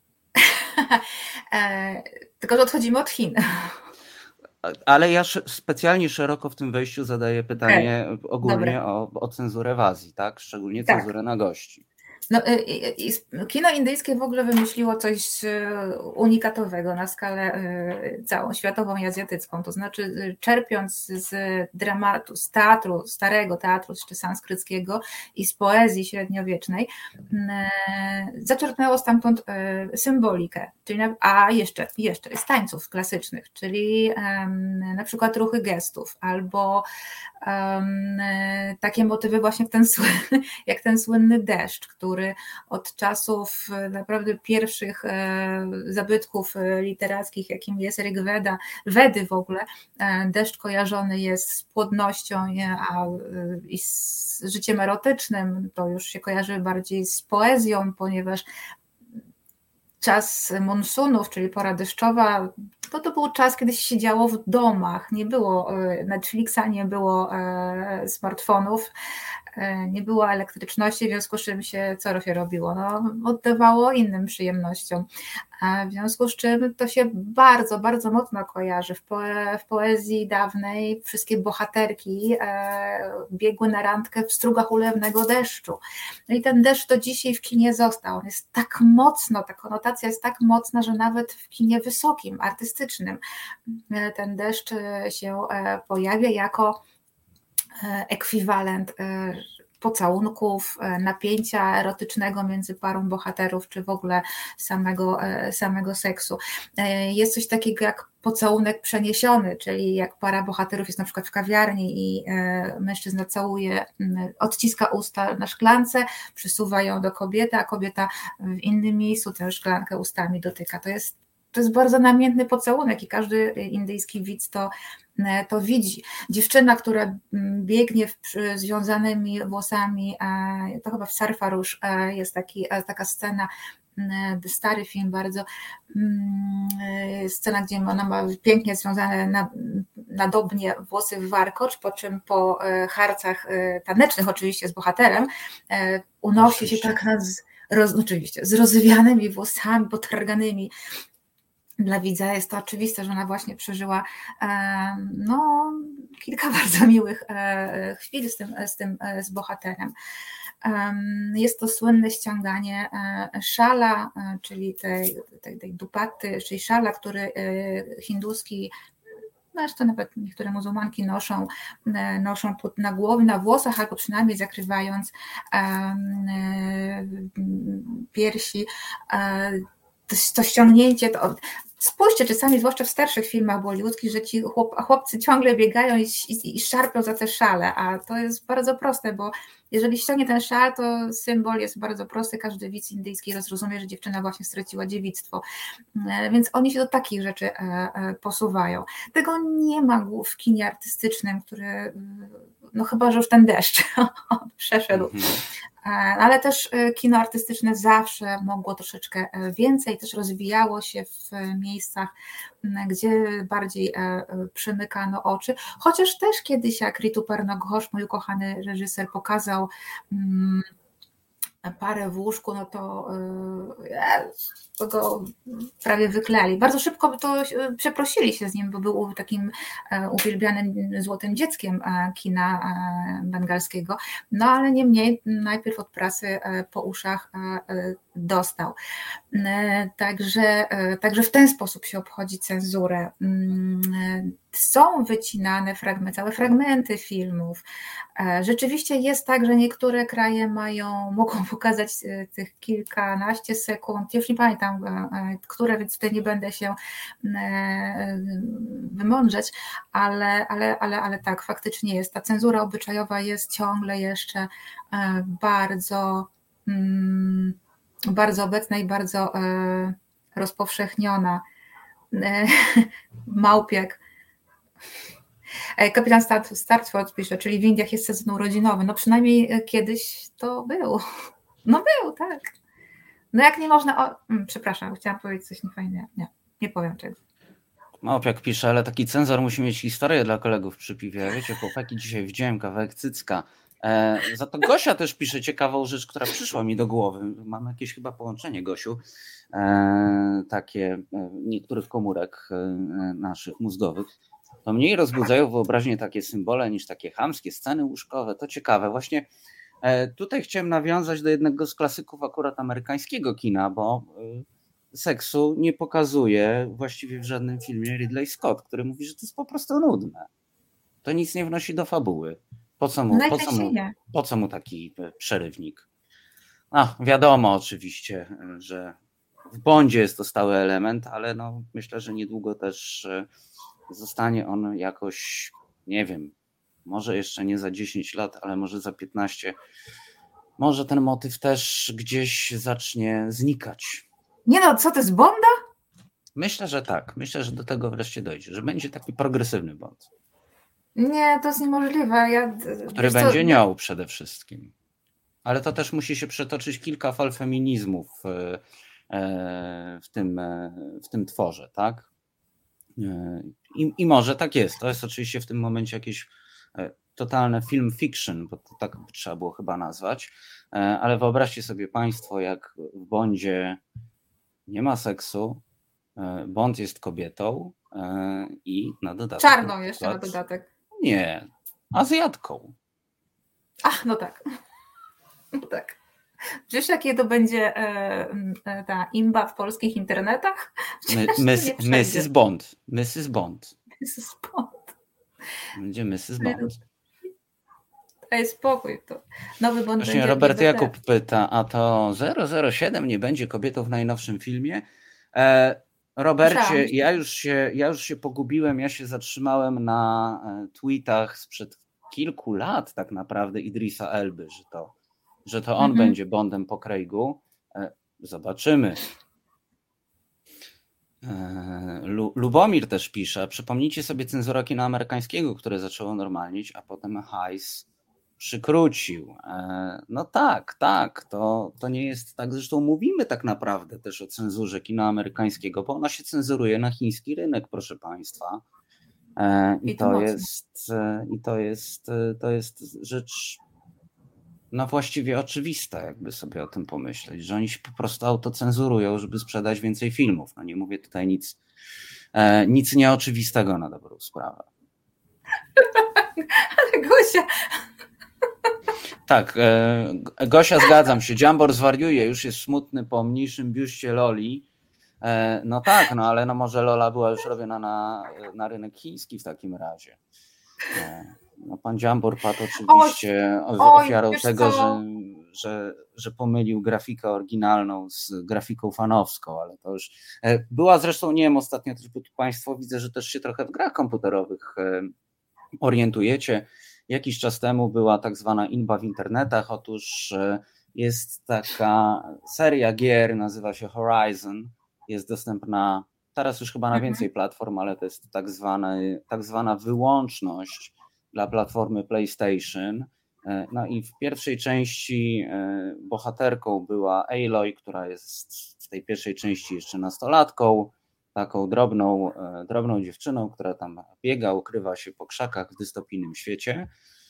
Tylko, że odchodzimy od Chin. Ale ja specjalnie szeroko w tym wejściu zadaję pytanie ogólnie o cenzurę w Azji, tak? Szczególnie cenzurę nagości. No, kino indyjskie w ogóle wymyśliło coś unikatowego na skalę całą, światową i azjatycką, to znaczy czerpiąc z dramatu, z teatru, starego teatru czy sanskryckiego i z poezji średniowiecznej, zaczerpnęło stamtąd symbolikę, czyli jeszcze z tańców klasycznych, czyli na przykład ruchy gestów albo takie motywy właśnie jak ten słynny deszcz, który od czasów naprawdę pierwszych zabytków literackich, jakim jest Rigveda, Wedy w ogóle, deszcz kojarzony jest z płodnością i z życiem erotycznym, to już się kojarzy bardziej z poezją, ponieważ czas monsunów, czyli pora deszczowa, to był czas, kiedy się siedziało w domach, nie było Netflixa, nie było smartfonów, nie było elektryczności, w związku z czym co się robiło? No, oddawało innym przyjemnościom. W związku z czym to się bardzo, bardzo mocno kojarzy. W poezji dawnej wszystkie bohaterki biegły na randkę w strugach ulewnego deszczu. No i ten deszcz do dzisiaj w kinie został. On jest tak mocno, ta konotacja jest tak mocna, że nawet w kinie wysokim, artystycznym ten deszcz się pojawia jako ekwiwalent pocałunków, napięcia erotycznego między parą bohaterów, czy w ogóle samego seksu. Jest coś takiego jak pocałunek przeniesiony, czyli jak para bohaterów jest na przykład w kawiarni i mężczyzna całuje, odciska usta na szklance, przysuwa ją do kobiety, a kobieta w innym miejscu tę szklankę ustami dotyka. To jest bardzo namiętny pocałunek i każdy indyjski widz to widzi. Dziewczyna, która biegnie związanymi włosami, to chyba w Sarfarusz jest taka scena, stary film bardzo, scena, gdzie ona ma pięknie związane nadobnie włosy w warkocz, po czym po harcach tanecznych oczywiście z bohaterem unosi się tak oczywiście z rozwianymi włosami, potarganymi. Dla widza jest to oczywiste, że ona właśnie przeżyła kilka bardzo miłych chwil z bohaterem. Jest to słynne ściąganie szala, czyli tej dupaty, czyli szala, który hinduski, zresztą nawet niektóre muzułmanki noszą na głowie, na włosach, albo przynajmniej zakrywając piersi. To ściągnięcie, spójrzcie czasami, zwłaszcza w starszych filmach bollywoodzkich, że ci chłopcy ciągle biegają i szarpią za te szale, a to jest bardzo proste, bo jeżeli ściągnie ten szal, to symbol jest bardzo prosty, każdy widz indyjski rozumie, że dziewczyna właśnie straciła dziewictwo, więc oni się do takich rzeczy posuwają. Tego nie ma w kinie artystycznym, który, no chyba, że już ten deszcz przeszedł. Ale też kino artystyczne zawsze mogło troszeczkę więcej, też rozwijało się w miejscach, gdzie bardziej przymykano oczy, chociaż też kiedyś, jak Ritu Parnoghosh, mój ukochany reżyser, pokazał parę w łóżku, no to go prawie wykleli. Bardzo szybko to przeprosili się z nim, bo był takim uwielbianym złotym dzieckiem kina bengalskiego, no ale niemniej najpierw od prasy po uszach dostał. Także w ten sposób się obchodzi cenzurę. Są wycinane całe fragmenty filmów. Rzeczywiście jest tak, że niektóre kraje mogą pokazać tych kilkanaście sekund, już nie pamiętam, które, więc tutaj nie będę się wymądrzeć, ale tak, faktycznie jest. Ta cenzura obyczajowa jest ciągle jeszcze bardzo, bardzo obecna i bardzo rozpowszechniona. Małpiak. Kapitan Starsford pisze, czyli w Indiach jest sezon urodzinowy. No przynajmniej kiedyś to był. No był, tak. No jak nie można... przepraszam, chciałam powiedzieć coś niefajnego. Nie powiem czego. Małpiak pisze, ale taki cenzor musi mieć historię dla kolegów przy piwie. Wiecie, chłopaki, dzisiaj widziałem kawałek cycka. Za to Gosia też pisze ciekawą rzecz, która przyszła mi do głowy. Mam jakieś chyba połączenie, Gosiu, takie niektórych komórek naszych mózgowych. To mniej rozbudzają wyobraźnię takie symbole niż takie chamskie sceny łóżkowe. To ciekawe. Właśnie tutaj chciałem nawiązać do jednego z klasyków akurat amerykańskiego kina, bo seksu nie pokazuje właściwie w żadnym filmie Ridley Scott, który mówi, że to jest po prostu nudne. To nic nie wnosi do fabuły. Po co mu taki przerywnik? Wiadomo oczywiście, że w Bondzie jest to stały element, ale no, myślę, że niedługo też zostanie on jakoś, nie wiem, może jeszcze nie za 10 lat, ale może za 15. Może ten motyw też gdzieś zacznie znikać. Nie no, co to jest Bonda? Myślę, że tak. Myślę, że do tego wreszcie dojdzie, że będzie taki progresywny Bond. Nie, to jest niemożliwe. Który będzie nią przede wszystkim. Ale to też musi się przetoczyć kilka fal feminizmów w tym tworze, tak? I może tak jest. To jest oczywiście w tym momencie jakieś totalne film fiction, bo to tak by trzeba było chyba nazwać, ale wyobraźcie sobie Państwo, jak w Bondzie nie ma seksu, Bond jest kobietą i na dodatek... Czarną jeszcze na dodatek. Nie, Azjatką. Ach, no tak. No tak. Wiesz, jakie to będzie ta imba w polskich internetach? Mrs. Bond. Mrs. Bond. Mrs. Bond. Będzie Mrs. Bond. Daj spokój. To nowy Bond Właśnie będzie Robert LGBT. Jakub pyta, a to 007 nie będzie kobietą w najnowszym filmie? Robercie, ja już się pogubiłem, ja się zatrzymałem na tweetach sprzed kilku lat tak naprawdę Idrisa Elby, że to on będzie Bondem po Craigu. Zobaczymy. Lubomir też pisze, przypomnijcie sobie cenzurę kina amerykańskiego, które zaczęło normalnieć, a potem hajs przykrócił. No tak, to nie jest tak. Zresztą mówimy tak naprawdę też o cenzurze kina amerykańskiego, bo ona się cenzuruje na chiński rynek, proszę Państwa. I to jest rzecz no właściwie oczywista, jakby sobie o tym pomyśleć, że oni się po prostu autocenzurują, żeby sprzedać więcej filmów. No nie mówię tutaj nic nieoczywistego na dobrą sprawę. Ale Gosia... Tak, Gosia, zgadzam się. Dziambor zwariuje, już jest smutny po mniejszym biuście Loli. No tak, no ale no może Lola była już robiona na rynek chiński w takim razie. No pan Dziambor padł oczywiście ofiarą tego, że pomylił grafikę oryginalną z grafiką fanowską, ale to już była zresztą, nie wiem, ostatnio też, bo tu Państwo widzę, że też się trochę w grach komputerowych orientujecie. Jakiś czas temu była tak zwana inba w internetach. Otóż jest taka seria gier, nazywa się Horizon, jest dostępna teraz już chyba na więcej platform, ale to jest tak zwana wyłączność dla platformy PlayStation. No i w pierwszej części bohaterką była Aloy, która jest w tej pierwszej części jeszcze nastolatką, taką drobną dziewczyną, która tam biega, ukrywa się po krzakach w dystopijnym świecie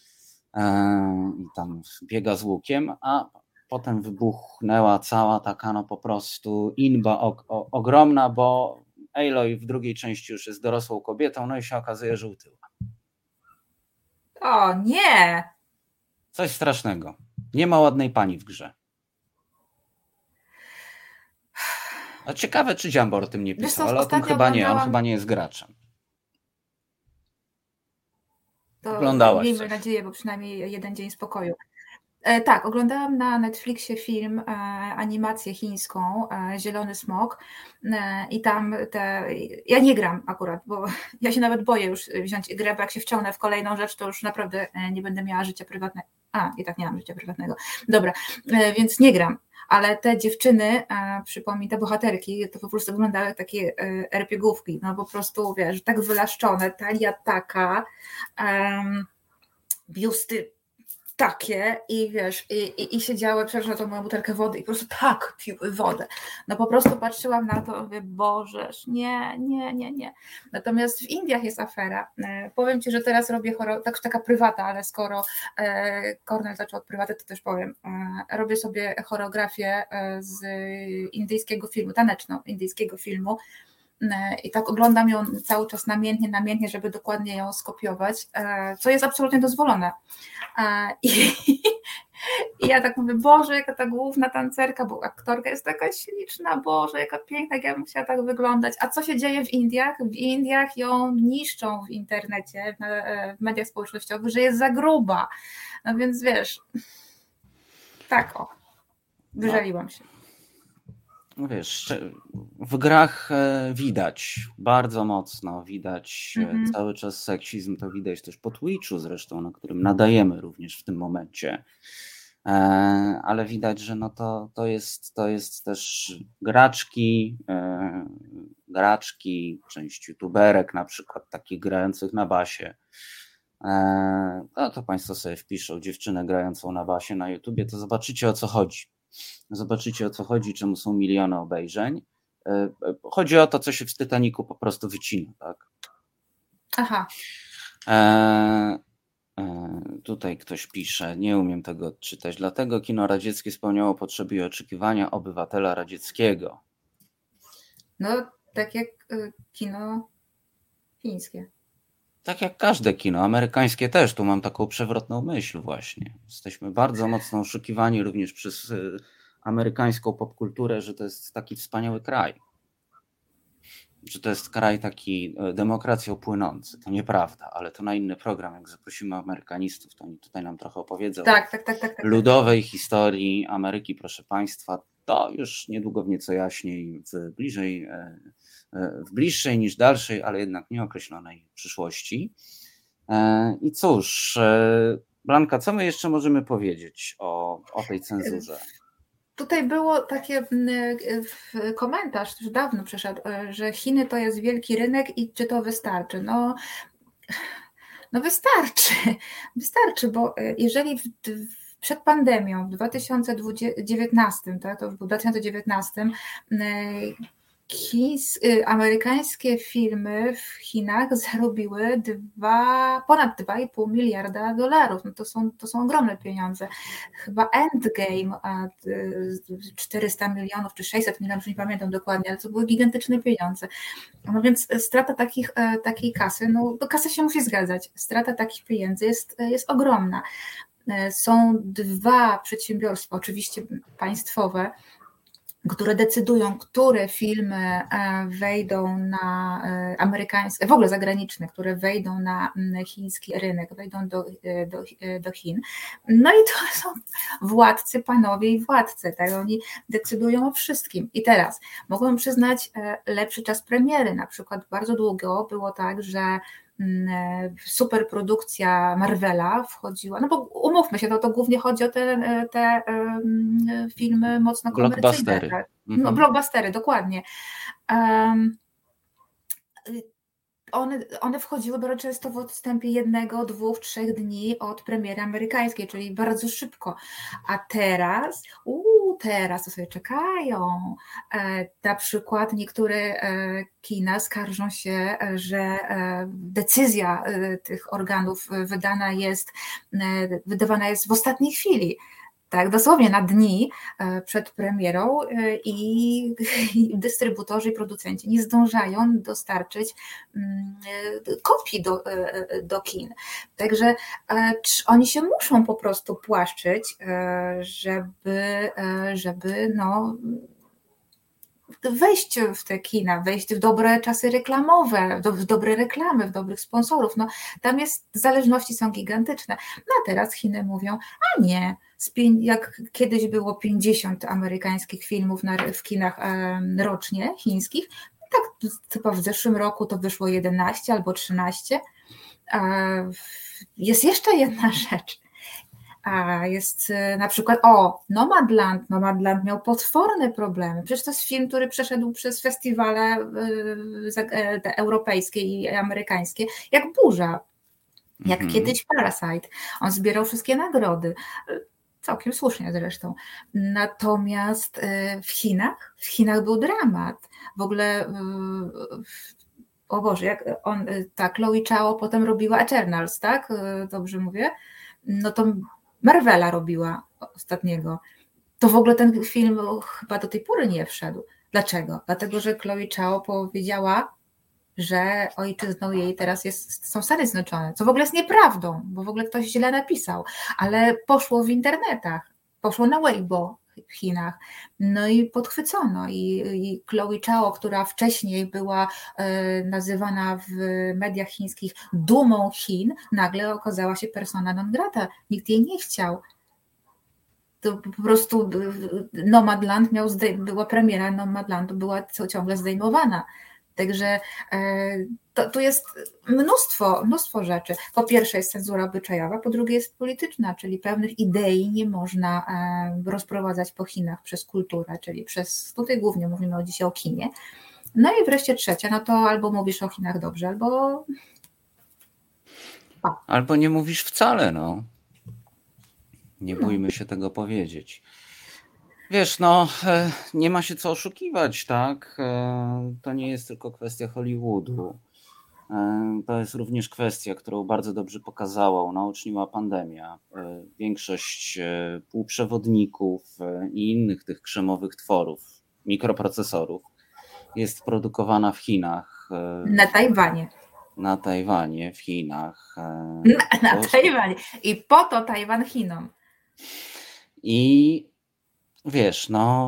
i tam biega z łukiem, a potem wybuchnęła cała taka no po prostu inba ogromna, bo Aloy w drugiej części już jest dorosłą kobietą, no i się okazuje, że utyła. O nie! Coś strasznego. Nie ma ładnej pani w grze. A ciekawe, czy Dziambor o tym nie pisał, ale o tym chyba nie. On chyba nie jest graczem. Oglądałaś miejmy coś. nadzieję, bo przynajmniej jeden dzień spokoju. Tak, oglądałam na Netflixie film, animację chińską, Zielony Smok i tam ja nie gram akurat, bo ja się nawet boję już wziąć grę, bo jak się wciągnę w kolejną rzecz, to już naprawdę nie będę miała życia prywatnego. I tak nie mam życia prywatnego. Dobra, więc nie gram. Ale te dziewczyny, przypomnij, te bohaterki, to po prostu wyglądały jak takie RPG-ówki, no po prostu, wiesz, tak wylaszczone, talia taka, biusty takie i wiesz, i siedziały, przepraszam, tą moją butelkę wody i po prostu tak piły wodę. No po prostu patrzyłam na to, mówię, Bożeż, nie. Natomiast w Indiach jest afera. Powiem Ci, że teraz robię taka prywata, ale skoro Kornel zaczął od prywaty, to też powiem. Robię sobie choreografię z indyjskiego filmu, taneczną indyjskiego filmu. I tak oglądam ją cały czas namiętnie, żeby dokładnie ją skopiować, co jest absolutnie dozwolone. I ja tak mówię, Boże, jaka ta główna tancerka, bo aktorka jest taka śliczna, Boże, jaka piękna, jak ja bym chciała tak wyglądać. A co się dzieje w Indiach? W Indiach ją niszczą w internecie, w mediach społecznościowych, że jest za gruba. No więc wiesz, tak wyżaliłam się. Wiesz, w grach widać, bardzo mocno widać cały czas seksizm, to widać też po Twitchu zresztą, na którym nadajemy również w tym momencie, ale widać, że no to jest też graczki, część youtuberek na przykład, takich grających na basie. No to Państwo sobie wpiszą dziewczynę grającą na basie na YouTubie, to zobaczycie, o co chodzi. Zobaczycie, o co chodzi, czemu są miliony obejrzeń. Chodzi o to, co się w Titanicu po prostu wycina, tak? Aha. Tutaj ktoś pisze, nie umiem tego odczytać. Dlatego kino radzieckie spełniało potrzeby i oczekiwania obywatela radzieckiego. No, tak jak kino chińskie. Tak jak każde kino, amerykańskie też. Tu mam taką przewrotną myśl właśnie. Jesteśmy bardzo mocno oszukiwani również przez amerykańską popkulturę, że to jest taki wspaniały kraj. Że to jest kraj taki demokracją płynący. To nieprawda, ale to na inny program. Jak zaprosimy Amerykanistów, to oni tutaj nam trochę opowiedzą Tak. ludowej historii Ameryki, proszę Państwa. To już niedługo w nieco jaśniej, w bliższej niż dalszej, ale jednak nieokreślonej przyszłości. I cóż, Blanka, co my jeszcze możemy powiedzieć o tej cenzurze? Tutaj było takie komentarz, już dawno przeszedł, że Chiny to jest wielki rynek i czy to wystarczy? No wystarczy, bo jeżeli przed pandemią w 2019, tak, to już był 2019, amerykańskie filmy w Chinach zarobiły ponad 2,5 miliarda dolarów. No to są ogromne pieniądze. Chyba Endgame 400 milionów czy 600 milionów, nie pamiętam dokładnie, ale to były gigantyczne pieniądze. No więc strata takiej kasy, no kasa się musi zgadzać, strata takich pieniędzy jest ogromna. Są dwa przedsiębiorstwa, oczywiście państwowe, które decydują, które filmy wejdą na amerykańskie, w ogóle zagraniczne, które wejdą na chiński rynek, wejdą do Chin. No i to są władcy, panowie i władcy, tak? Oni decydują o wszystkim. I teraz mogłem przyznać lepszy czas premiery, na przykład bardzo długo było tak, że superprodukcja Marvela wchodziła, no bo umówmy się, to głównie chodzi o te filmy mocno komercyjne. Blockbustery. Tak? No, blockbustery, dokładnie. One wchodziły bardzo często w odstępie 1, 2, 3 dni od premiery amerykańskiej, czyli bardzo szybko. A teraz to sobie czekają. Na przykład niektóre kina skarżą się, że decyzja tych organów wydawana jest w ostatniej chwili. Tak, dosłownie na dni przed premierą i dystrybutorzy i producenci nie zdążają dostarczyć kopii do kin. Także oni się muszą po prostu płaszczyć, żeby wejść w te kina, wejść w dobre czasy reklamowe, w dobre reklamy, w dobrych sponsorów. No, tam zależności są gigantyczne. No a teraz Chiny mówią, a nie, jak kiedyś było 50 amerykańskich filmów w kinach rocznie, chińskich, tak chyba w zeszłym roku to wyszło 11 albo 13. Jest jeszcze jedna rzecz. A jest na przykład, Nomadland. Nomadland miał potworne problemy. Przecież to jest film, który przeszedł przez festiwale te europejskie i amerykańskie, jak burza. Jak kiedyś Parasite. On zbierał wszystkie nagrody. Całkiem słusznie zresztą. Natomiast w Chinach był dramat. W ogóle, o Boże, jak Chloe Zhao potem robiła Eternals, tak? Dobrze mówię? No to Marvela robiła ostatniego. To w ogóle ten film chyba do tej pory nie wszedł. Dlaczego? Dlatego, że Chloe Zhao powiedziała, że ojczyzną jej teraz są Stany Zjednoczone, co w ogóle jest nieprawdą, bo w ogóle ktoś źle napisał, ale poszło w internetach, poszło na Weibo w Chinach, no i podchwycono i Chloe Zhao, która wcześniej była nazywana w mediach chińskich dumą Chin, nagle okazała się persona non grata, nikt jej nie chciał. To po prostu Nomadland była premiera Nomadlandu, była ciągle zdejmowana. Także tu jest mnóstwo rzeczy. Po pierwsze jest cenzura obyczajowa, po drugie jest polityczna, czyli pewnych idei nie można rozprowadzać po Chinach przez kulturę, czyli tutaj głównie mówimy dzisiaj o kinie. No i wreszcie trzecia, no to albo mówisz o Chinach dobrze, albo nie mówisz wcale, no. Nie bójmy się tego powiedzieć. Wiesz, nie ma się co oszukiwać, tak? To nie jest tylko kwestia Hollywoodu. To jest również kwestia, którą bardzo dobrze pokazała, unaoczniła pandemia. Większość półprzewodników i innych tych krzemowych tworów, mikroprocesorów jest produkowana w Chinach. Na Tajwanie. Na Tajwanie, w Chinach. Na Tajwanie. I po to Tajwan Chinom. I wiesz,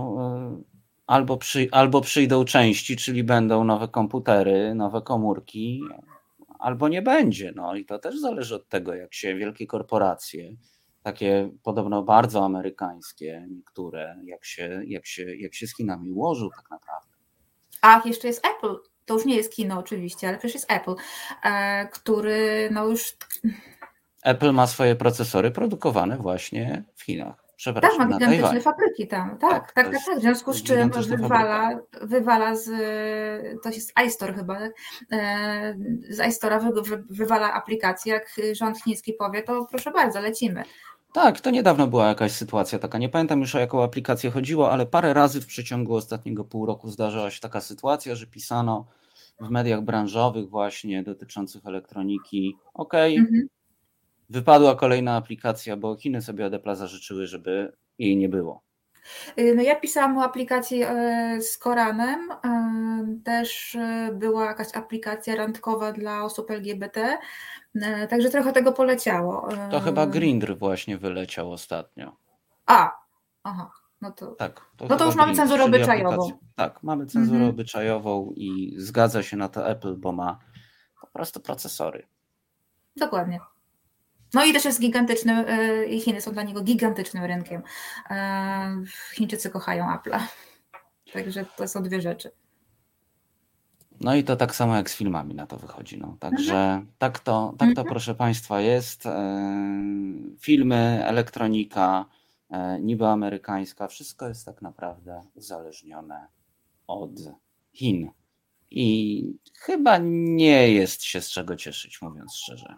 albo przyjdą części, czyli będą nowe komputery, nowe komórki, albo nie będzie. I to też zależy od tego, jak się wielkie korporacje, takie podobno bardzo amerykańskie niektóre, jak się z Chinami ułożą tak naprawdę. Ach, jeszcze jest Apple. To już nie jest kino oczywiście, ale przecież jest Apple, który już... Apple ma swoje procesory produkowane właśnie w Chinach. Tak, ma gigantyczne fabryki tam. Tak. W związku z czym wywala z... To jest iStore chyba, tak? Z iStore'a wywala aplikację. Jak rząd chiński powie, to proszę bardzo, lecimy. Tak, to niedawno była jakaś sytuacja taka. Nie pamiętam już, o jaką aplikację chodziło, ale parę razy w przeciągu ostatniego pół roku zdarzyła się taka sytuacja, że pisano w mediach branżowych właśnie dotyczących elektroniki, wypadła kolejna aplikacja, bo Chiny sobie od Apple'a zażyczyły, żeby jej nie było. Ja pisałam o aplikacji z Koranem, też była jakaś aplikacja randkowa dla osób LGBT, także trochę tego poleciało. To chyba Grindr właśnie wyleciał ostatnio. No to, tak, to już mamy cenzurę obyczajową. Tak, mamy cenzurę obyczajową i zgadza się na to Apple, bo ma po prostu procesory. Dokładnie. I też jest gigantyczny, i Chiny są dla niego gigantycznym rynkiem. Chińczycy kochają Apple'a. Także to są dwie rzeczy. I to tak samo jak z filmami na to wychodzi. Także tak to proszę Państwa jest. Filmy, elektronika, niby amerykańska, wszystko jest tak naprawdę uzależnione od Chin. I chyba nie jest się z czego cieszyć, mówiąc szczerze.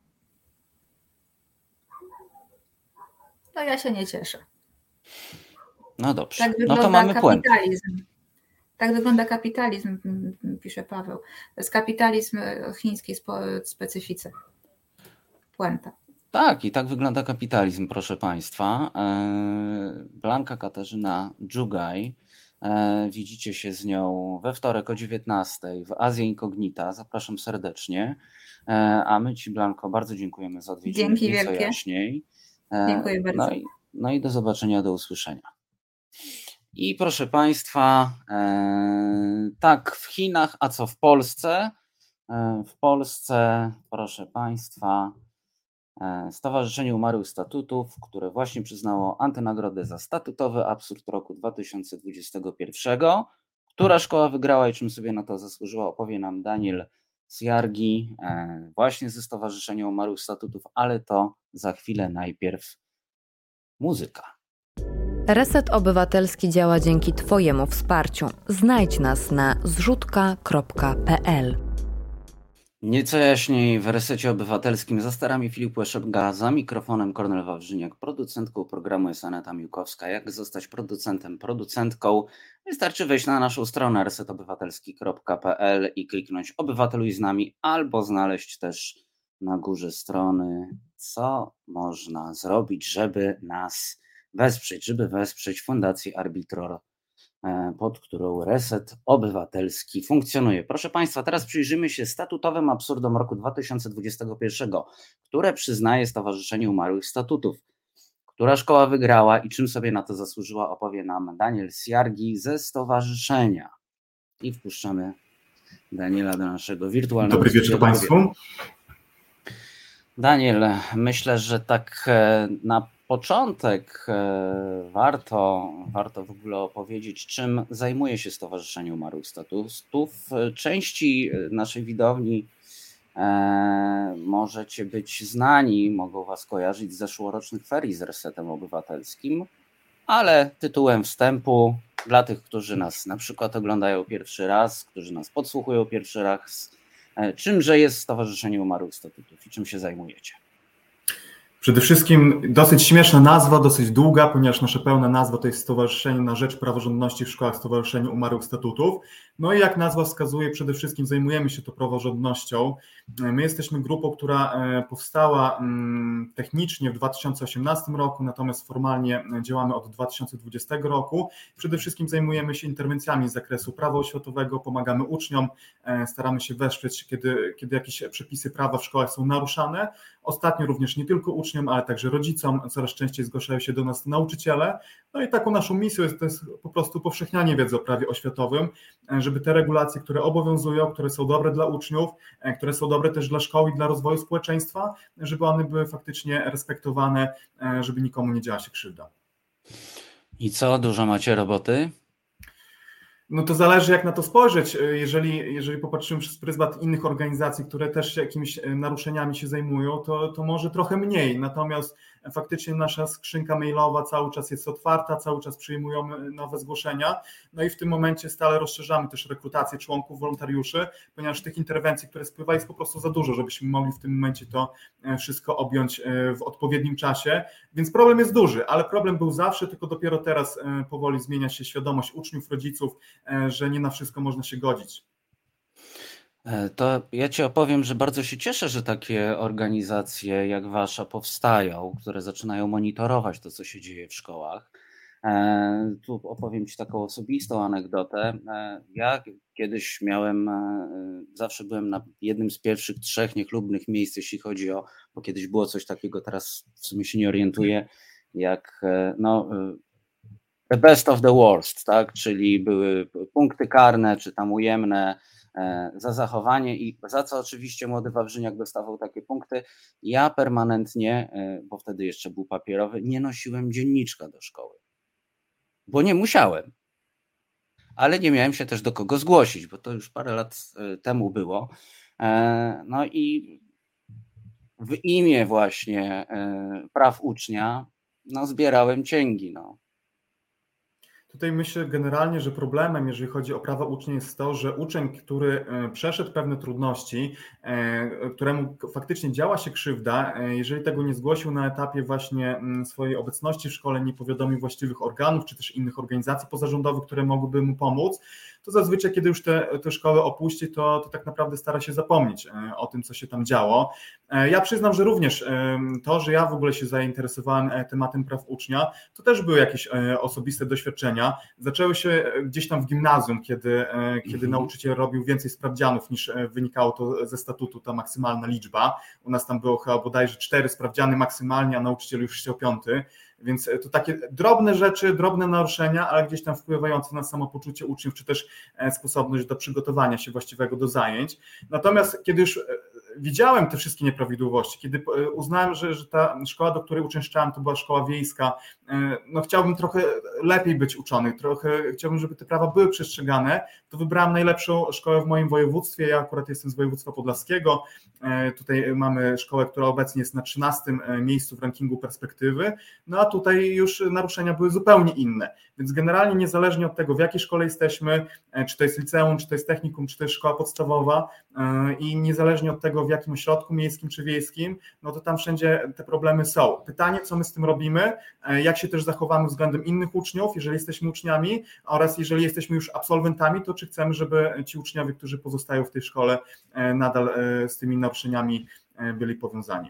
Ja się nie cieszę. No dobrze. Tak wygląda to mamy kapitalizm. Tak wygląda kapitalizm, pisze Paweł. To jest kapitalizm chińskiej specyfice. Puenta. Tak, i tak wygląda kapitalizm, proszę Państwa. Blanka Katarzyna Dżugaj. Widzicie się z nią we wtorek o 19:00 w Azja Incognita. Zapraszam serdecznie. A my Ci, Blanko, bardzo dziękujemy za odwiedziny. Dzięki wielkie. Jaśniej. Dziękuję bardzo. I do zobaczenia, do usłyszenia. I proszę Państwa, tak w Chinach, a co w Polsce? W Polsce, proszę Państwa, Stowarzyszenie Umarłych Statutów, które właśnie przyznało antynagrodę za statutowy absurd roku 2021. Która szkoła wygrała i czym sobie na to zasłużyła, opowie nam Daniel Sjargi, właśnie ze Stowarzyszenia Umarłych Statutów, ale to za chwilę. Najpierw muzyka. Reset Obywatelski działa dzięki Twojemu wsparciu. Znajdź nas na zrzutka.pl. Nieco jaśniej w Resecie Obywatelskim za starami Filip Łeszebga, za mikrofonem Kornel Wawrzyniak, producentką programu jest Aneta Miłkowska. Jak zostać producentem, producentką? Wystarczy wejść na naszą stronę resetobywatelski.pl i kliknąć Obywateluj z nami, albo znaleźć też na górze strony, co można zrobić, żeby nas wesprzeć, Fundację Arbitror, pod którą Reset Obywatelski funkcjonuje. Proszę Państwa, teraz przyjrzymy się statutowym absurdom roku 2021, które przyznaje Stowarzyszenie Umarłych Statutów. Która szkoła wygrała i czym sobie na to zasłużyła, opowie nam Daniel Sjargi ze stowarzyszenia. I wpuszczamy Daniela do naszego wirtualnego Dobry wieczór Państwu. Daniel, myślę, że tak na początek warto w ogóle opowiedzieć, czym zajmuje się Stowarzyszenie Umarłych Statutów. Części naszej widowni możecie być znani, mogą Was kojarzyć z zeszłorocznych ferii z Resetem Obywatelskim, ale tytułem wstępu dla tych, którzy nas na przykład oglądają pierwszy raz, którzy nas podsłuchują pierwszy raz, czymże jest Stowarzyszenie Umarłych Statutów i czym się zajmujecie? Przede wszystkim dosyć śmieszna nazwa, dosyć długa, ponieważ nasza pełna nazwa to jest Stowarzyszenie na Rzecz Praworządności w Szkołach, Stowarzyszenie Umarłych Statutów. No i jak nazwa wskazuje, przede wszystkim zajmujemy się to praworządnością. My jesteśmy grupą, która powstała technicznie w 2018 roku, natomiast formalnie działamy od 2020 roku. Przede wszystkim zajmujemy się interwencjami z zakresu prawa oświatowego, pomagamy uczniom, staramy się wesprzeć, kiedy jakieś przepisy prawa w szkołach są naruszane. Ostatnio również nie tylko uczniom, ale także rodzicom, coraz częściej zgłaszają się do nas nauczyciele. No i taką naszą misją jest po prostu upowszechnianie wiedzy o prawie oświatowym, żeby te regulacje, które obowiązują, które są dobre dla uczniów, które są dobre też dla szkoły i dla rozwoju społeczeństwa, żeby one były faktycznie respektowane, żeby nikomu nie działa się krzywda. I co, dużo macie roboty? No to zależy, jak na to spojrzeć. Jeżeli popatrzymy przez pryzmat innych organizacji, które też jakimiś naruszeniami się zajmują, to może trochę mniej. Natomiast faktycznie nasza skrzynka mailowa cały czas jest otwarta, cały czas przyjmujemy nowe zgłoszenia. No i w tym momencie stale rozszerzamy też rekrutację członków, wolontariuszy, ponieważ tych interwencji, które spływa, jest po prostu za dużo, żebyśmy mogli w tym momencie to wszystko objąć w odpowiednim czasie. Więc problem jest duży, ale problem był zawsze, tylko dopiero teraz powoli zmienia się świadomość uczniów, rodziców, że nie na wszystko można się godzić. To ja Ci opowiem, że bardzo się cieszę, że takie organizacje jak Wasza powstają, które zaczynają monitorować to, co się dzieje w szkołach. Tu opowiem Ci taką osobistą anegdotę. Ja kiedyś zawsze byłem na jednym z pierwszych 3 niechlubnych miejsc, jeśli chodzi bo kiedyś było coś takiego, teraz w sumie się nie orientuję, jak the best of the worst, tak? Czyli były punkty karne, czy tam ujemne za zachowanie i za co oczywiście młody Wawrzyniak dostawał takie punkty. Ja permanentnie, bo wtedy jeszcze był papierowy, nie nosiłem dzienniczka do szkoły, bo nie musiałem, ale nie miałem się też do kogo zgłosić, bo to już parę lat temu było. No i w imię właśnie praw ucznia zbierałem cięgi. Tutaj myślę generalnie, że problemem, jeżeli chodzi o prawa ucznia, jest to, że uczeń, który przeszedł pewne trudności, któremu faktycznie działa się krzywda, jeżeli tego nie zgłosił na etapie właśnie swojej obecności w szkole, nie powiadomił właściwych organów, czy też innych organizacji pozarządowych, które mogłyby mu pomóc, to zazwyczaj, kiedy już tę szkołę opuści, to tak naprawdę stara się zapomnieć o tym, co się tam działo. Ja przyznam, że również to, że ja w ogóle się zainteresowałem tematem praw ucznia, to też były jakieś osobiste doświadczenia. Zaczęły się gdzieś tam w gimnazjum, kiedy nauczyciel robił więcej sprawdzianów niż wynikało to ze statutu, ta maksymalna liczba. U nas tam było chyba bodajże 4 sprawdziany maksymalnie, a nauczyciel już chciał 5. Więc to takie drobne rzeczy, drobne naruszenia, ale gdzieś tam wpływające na samopoczucie uczniów, czy też sposobność do przygotowania się właściwego do zajęć. Natomiast kiedy już widziałem te wszystkie nieprawidłowości, kiedy uznałem, że ta szkoła, do której uczęszczałem, to była szkoła wiejska, chciałbym trochę lepiej być uczony, chciałbym, żeby te prawa były przestrzegane, to wybrałem najlepszą szkołę w moim województwie. Ja akurat jestem z województwa podlaskiego. Tutaj mamy szkołę, która obecnie jest na 13. miejscu w rankingu perspektywy, no a tutaj już naruszenia były zupełnie inne. Więc generalnie niezależnie od tego, w jakiej szkole jesteśmy, czy to jest liceum, czy to jest technikum, czy to jest szkoła podstawowa i niezależnie od tego, w jakim ośrodku miejskim czy wiejskim, no to tam wszędzie te problemy są. Pytanie, co my z tym robimy, jak się też zachowamy względem innych uczniów, jeżeli jesteśmy uczniami, oraz jeżeli jesteśmy już absolwentami, to czy chcemy, żeby ci uczniowie, którzy pozostają w tej szkole, nadal z tymi naruszeniami byli powiązani.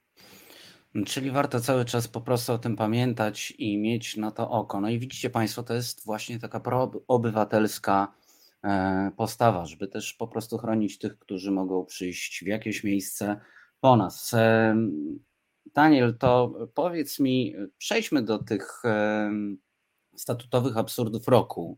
Czyli warto cały czas po prostu o tym pamiętać i mieć na to oko. No i widzicie Państwo, to jest właśnie taka proobywatelska postawa, żeby też po prostu chronić tych, którzy mogą przyjść w jakieś miejsce po nas. Daniel, to powiedz mi, przejdźmy do tych statutowych absurdów roku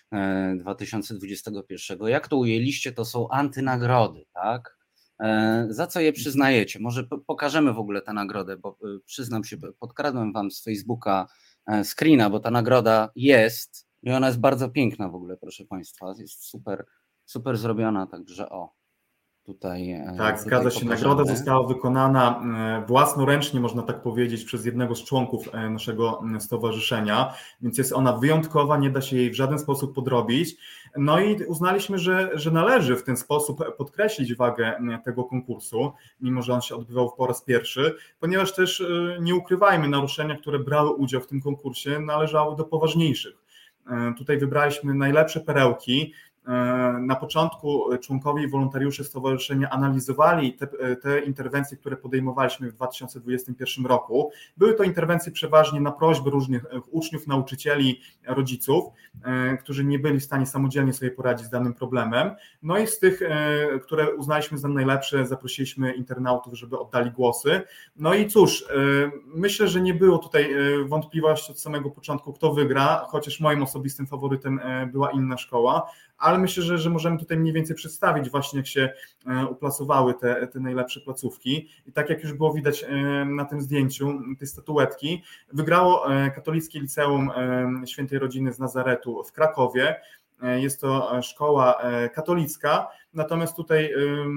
2021. Jak to ujęliście, to są antynagrody, tak? Za co je przyznajecie? Może pokażemy w ogóle tę nagrodę, bo przyznam się, podkradłem wam z Facebooka screena, bo ta nagroda jest i ona jest bardzo piękna w ogóle, proszę Państwa, jest super, super zrobiona, także tutaj. Tak, zgadza się. Nagroda została wykonana własnoręcznie, można tak powiedzieć, przez jednego z członków naszego stowarzyszenia, więc jest ona wyjątkowa, nie da się jej w żaden sposób podrobić. No i uznaliśmy, że należy w ten sposób podkreślić wagę tego konkursu, mimo że on się odbywał po raz pierwszy, ponieważ też nie ukrywajmy, naruszenia, które brały udział w tym konkursie, należały do poważniejszych. Tutaj wybraliśmy najlepsze perełki. Na początku członkowie i wolontariusze stowarzyszenia analizowali te interwencje, które podejmowaliśmy w 2021 roku. Były to interwencje przeważnie na prośbę różnych uczniów, nauczycieli, rodziców, którzy nie byli w stanie samodzielnie sobie poradzić z danym problemem. No i z tych, które uznaliśmy za najlepsze, zaprosiliśmy internautów, żeby oddali głosy. No i cóż, myślę, że nie było tutaj wątpliwości od samego początku, kto wygra, chociaż moim osobistym faworytem była inna szkoła, ale myślę, że możemy tutaj mniej więcej przedstawić właśnie, jak się uplasowały te najlepsze placówki. I tak jak już było widać na tym zdjęciu, tej statuetki, wygrało Katolickie Liceum Świętej Rodziny z Nazaretu w Krakowie. Jest to szkoła katolicka, natomiast tutaj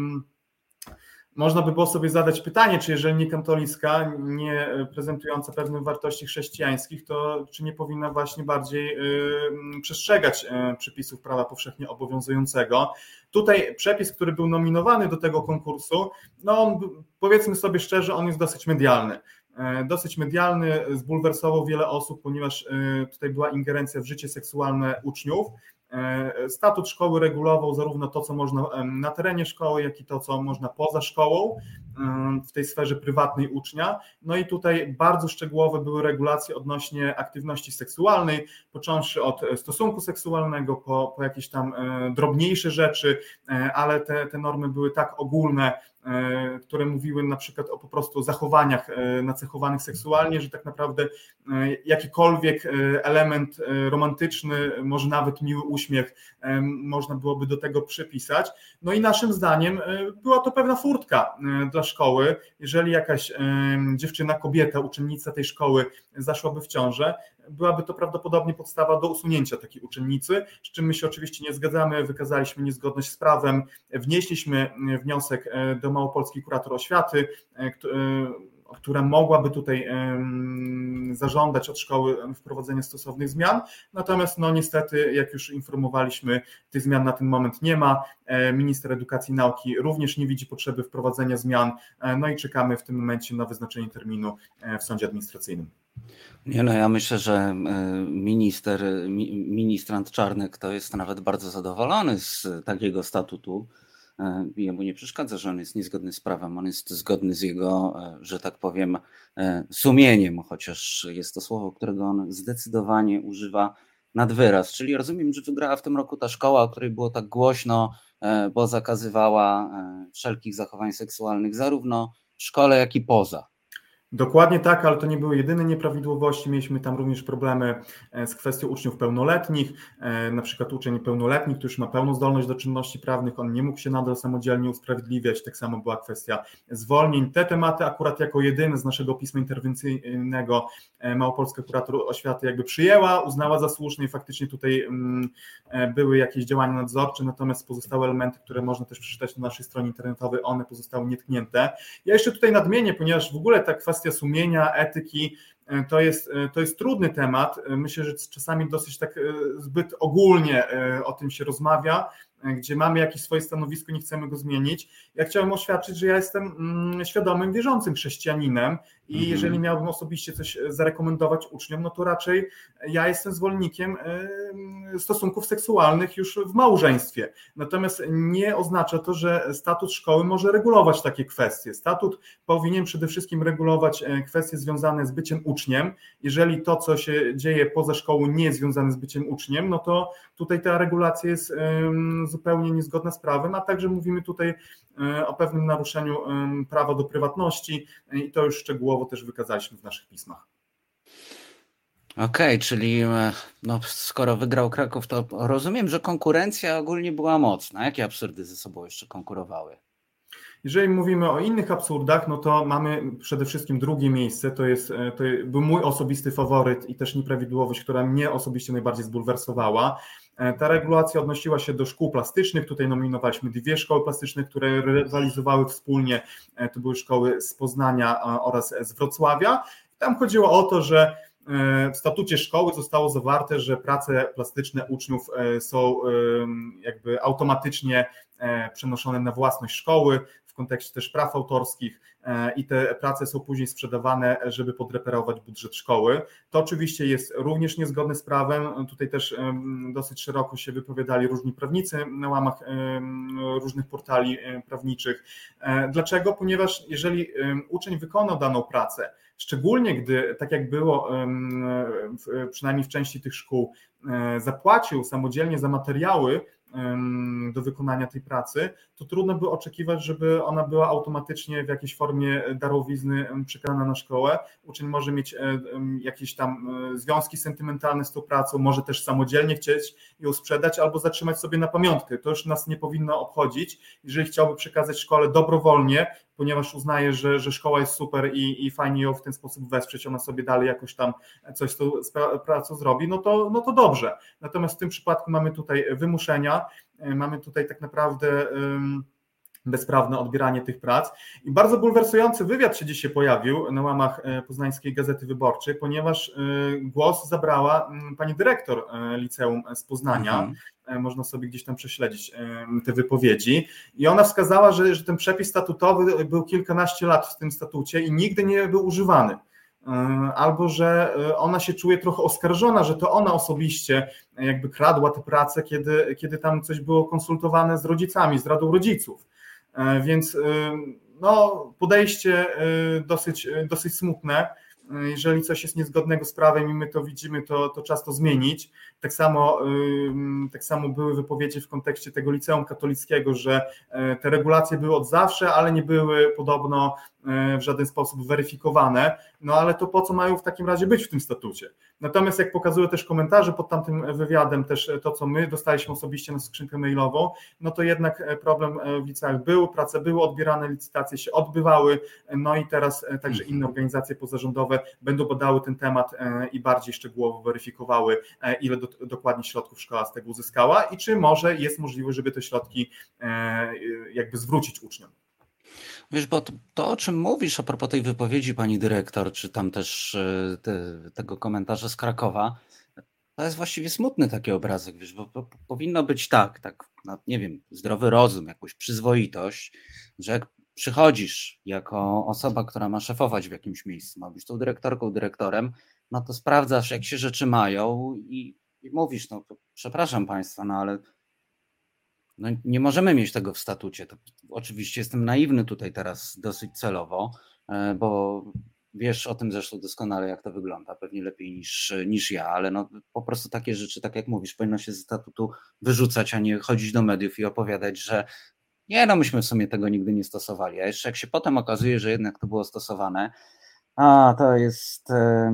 można by było sobie zadać pytanie, czy jeżeli nie katolicka, nie prezentująca pewnych wartości chrześcijańskich, to czy nie powinna właśnie bardziej przestrzegać przepisów prawa powszechnie obowiązującego. Tutaj przepis, który był nominowany do tego konkursu, no powiedzmy sobie szczerze, on jest dosyć medialny. Zbulwersował wiele osób, ponieważ tutaj była ingerencja w życie seksualne uczniów. Statut szkoły regulował zarówno to, co można na terenie szkoły, jak i to, co można poza szkołą, w tej sferze prywatnej ucznia. No i tutaj bardzo szczegółowe były regulacje odnośnie aktywności seksualnej, począwszy od stosunku seksualnego po jakieś tam drobniejsze rzeczy, ale te normy były tak ogólne, które mówiły na przykład o po prostu zachowaniach nacechowanych seksualnie, że tak naprawdę jakikolwiek element romantyczny, może nawet miły uśmiech można byłoby do tego przypisać. No i naszym zdaniem była to pewna furtka dla szkoły. Jeżeli jakaś dziewczyna, kobieta, uczennica tej szkoły zaszłaby w ciążę, byłaby to prawdopodobnie podstawa do usunięcia takiej uczennicy, z czym my się oczywiście nie zgadzamy, wykazaliśmy niezgodność z prawem, wnieśliśmy wniosek do Małopolskiej Kurator Oświaty, która mogłaby tutaj zażądać od szkoły wprowadzenia stosownych zmian, natomiast no niestety, jak już informowaliśmy, tych zmian na ten moment nie ma. Minister Edukacji i Nauki również nie widzi potrzeby wprowadzenia zmian, no i czekamy w tym momencie na wyznaczenie terminu w sądzie administracyjnym. Nie, no ja myślę, że ministrant Czarnek to jest nawet bardzo zadowolony z takiego statutu. Jemu nie przeszkadza, że on jest niezgodny z prawem, on jest zgodny z jego, że tak powiem, sumieniem, chociaż jest to słowo, którego on zdecydowanie używa nad wyraz. Czyli rozumiem, że wygrała w tym roku ta szkoła, o której było tak głośno, bo zakazywała wszelkich zachowań seksualnych zarówno w szkole, jak i poza. Dokładnie tak, ale to nie były jedyne nieprawidłowości. Mieliśmy tam również problemy z kwestią uczniów pełnoletnich. Na przykład uczeń pełnoletni, który już ma pełną zdolność do czynności prawnych, on nie mógł się nadal samodzielnie usprawiedliwiać. Tak samo była kwestia zwolnień. Te tematy akurat jako jedyne z naszego pisma interwencyjnego Małopolska Kurator Oświaty jakby przyjęła, uznała za słuszne i faktycznie tutaj były jakieś działania nadzorcze, natomiast pozostałe elementy, które można też przeczytać na naszej stronie internetowej, one pozostały nietknięte. Ja jeszcze tutaj nadmienię, ponieważ w ogóle ta kwestia sumienia, etyki, to jest trudny temat. Myślę, że czasami dosyć tak zbyt ogólnie o tym się rozmawia, gdzie mamy jakieś swoje stanowisko, nie chcemy go zmienić. Ja chciałem oświadczyć, że ja jestem świadomym, wierzącym chrześcijaninem i jeżeli miałbym osobiście coś zarekomendować uczniom, no to raczej ja jestem zwolennikiem stosunków seksualnych już w małżeństwie. Natomiast nie oznacza to, że statut szkoły może regulować takie kwestie. Statut powinien przede wszystkim regulować kwestie związane z byciem uczniem. Jeżeli to, co się dzieje poza szkołą, nie jest związane z byciem uczniem, no to tutaj ta regulacja jest zupełnie niezgodna z prawem, a także mówimy tutaj o pewnym naruszeniu prawa do prywatności i to już szczegółowo też wykazaliśmy w naszych pismach. Okej, czyli no, skoro wygrał Kraków, to rozumiem, że konkurencja ogólnie była mocna. Jakie absurdy ze sobą jeszcze konkurowały? Jeżeli mówimy o innych absurdach, no to mamy przede wszystkim drugie miejsce, to był mój osobisty faworyt i też nieprawidłowość, która mnie osobiście najbardziej zbulwersowała. Ta regulacja odnosiła się do szkół plastycznych, tutaj nominowaliśmy 2 szkoły plastyczne, które rywalizowały wspólnie, to były szkoły z Poznania oraz z Wrocławia. Tam chodziło o to, że w statucie szkoły zostało zawarte, że prace plastyczne uczniów są jakby automatycznie przenoszone na własność szkoły w kontekście też praw autorskich i te prace są później sprzedawane, żeby podreperować budżet szkoły. To oczywiście jest również niezgodne z prawem. Tutaj też dosyć szeroko się wypowiadali różni prawnicy na łamach różnych portali prawniczych. Dlaczego? Ponieważ jeżeli uczeń wykonał daną pracę, szczególnie gdy, tak jak było przynajmniej w części tych szkół, zapłacił samodzielnie za materiały do wykonania tej pracy, to trudno by oczekiwać, żeby ona była automatycznie w jakiejś formie darowizny przekazana na szkołę. Uczeń może mieć jakieś tam związki sentymentalne z tą pracą, może też samodzielnie chcieć ją sprzedać albo zatrzymać sobie na pamiątkę. To już nas nie powinno obchodzić. Jeżeli chciałby przekazać szkole dobrowolnie, ponieważ uznaje, że szkoła jest super i fajnie ją w ten sposób wesprzeć, ona sobie dalej jakoś tam coś z tą pracą zrobi, no to dobrze. Natomiast w tym przypadku mamy tutaj wymuszenia, mamy tutaj tak naprawdę bezprawne odbieranie tych prac. I bardzo bulwersujący wywiad się dzisiaj pojawił na łamach Poznańskiej Gazety Wyborczej, ponieważ głos zabrała pani dyrektor liceum z Poznania. Można sobie gdzieś tam prześledzić te wypowiedzi. I ona wskazała, że ten przepis statutowy był kilkanaście lat w tym statucie i nigdy nie był używany. Albo że ona się czuje trochę oskarżona, że to ona osobiście jakby kradła tę pracę, kiedy tam coś było konsultowane z rodzicami, z radą rodziców. Więc no, podejście dosyć smutne. Jeżeli coś jest niezgodnego z prawem i my to widzimy, to czas to zmienić. Tak samo były wypowiedzi w kontekście tego liceum katolickiego, że te regulacje były od zawsze, ale nie były podobno w żaden sposób weryfikowane. No ale to po co mają w takim razie być w tym statucie? Natomiast jak pokazują też komentarze pod tamtym wywiadem, też to, co my dostaliśmy osobiście na skrzynkę mailową, no to jednak problem w liceach był, prace były odbierane, licytacje się odbywały, no i teraz także inne organizacje pozarządowe będą badały ten temat i bardziej szczegółowo weryfikowały, ile dokładnie środków szkoła z tego uzyskała i czy może jest możliwe, żeby te środki jakby zwrócić uczniom. Wiesz, bo to, o czym mówisz a propos tej wypowiedzi pani dyrektor, czy tam też tego komentarza z Krakowa, to jest właściwie smutny taki obrazek, wiesz, bo powinno być tak, no, nie wiem, zdrowy rozum, jakąś przyzwoitość, że jak przychodzisz jako osoba, która ma szefować w jakimś miejscu, ma być tą dyrektorką, dyrektorem, no to sprawdzasz, jak się rzeczy mają i mówisz, no przepraszam państwa, no ale no nie możemy mieć tego w statucie. To oczywiście jestem naiwny tutaj teraz dosyć celowo, bo wiesz o tym zresztą doskonale, jak to wygląda, pewnie lepiej niż ja, ale no po prostu takie rzeczy, tak jak mówisz, powinno się ze statutu wyrzucać, a nie chodzić do mediów i opowiadać, że nie, no myśmy w sumie tego nigdy nie stosowali, a jeszcze jak się potem okazuje, że jednak to było stosowane, to jest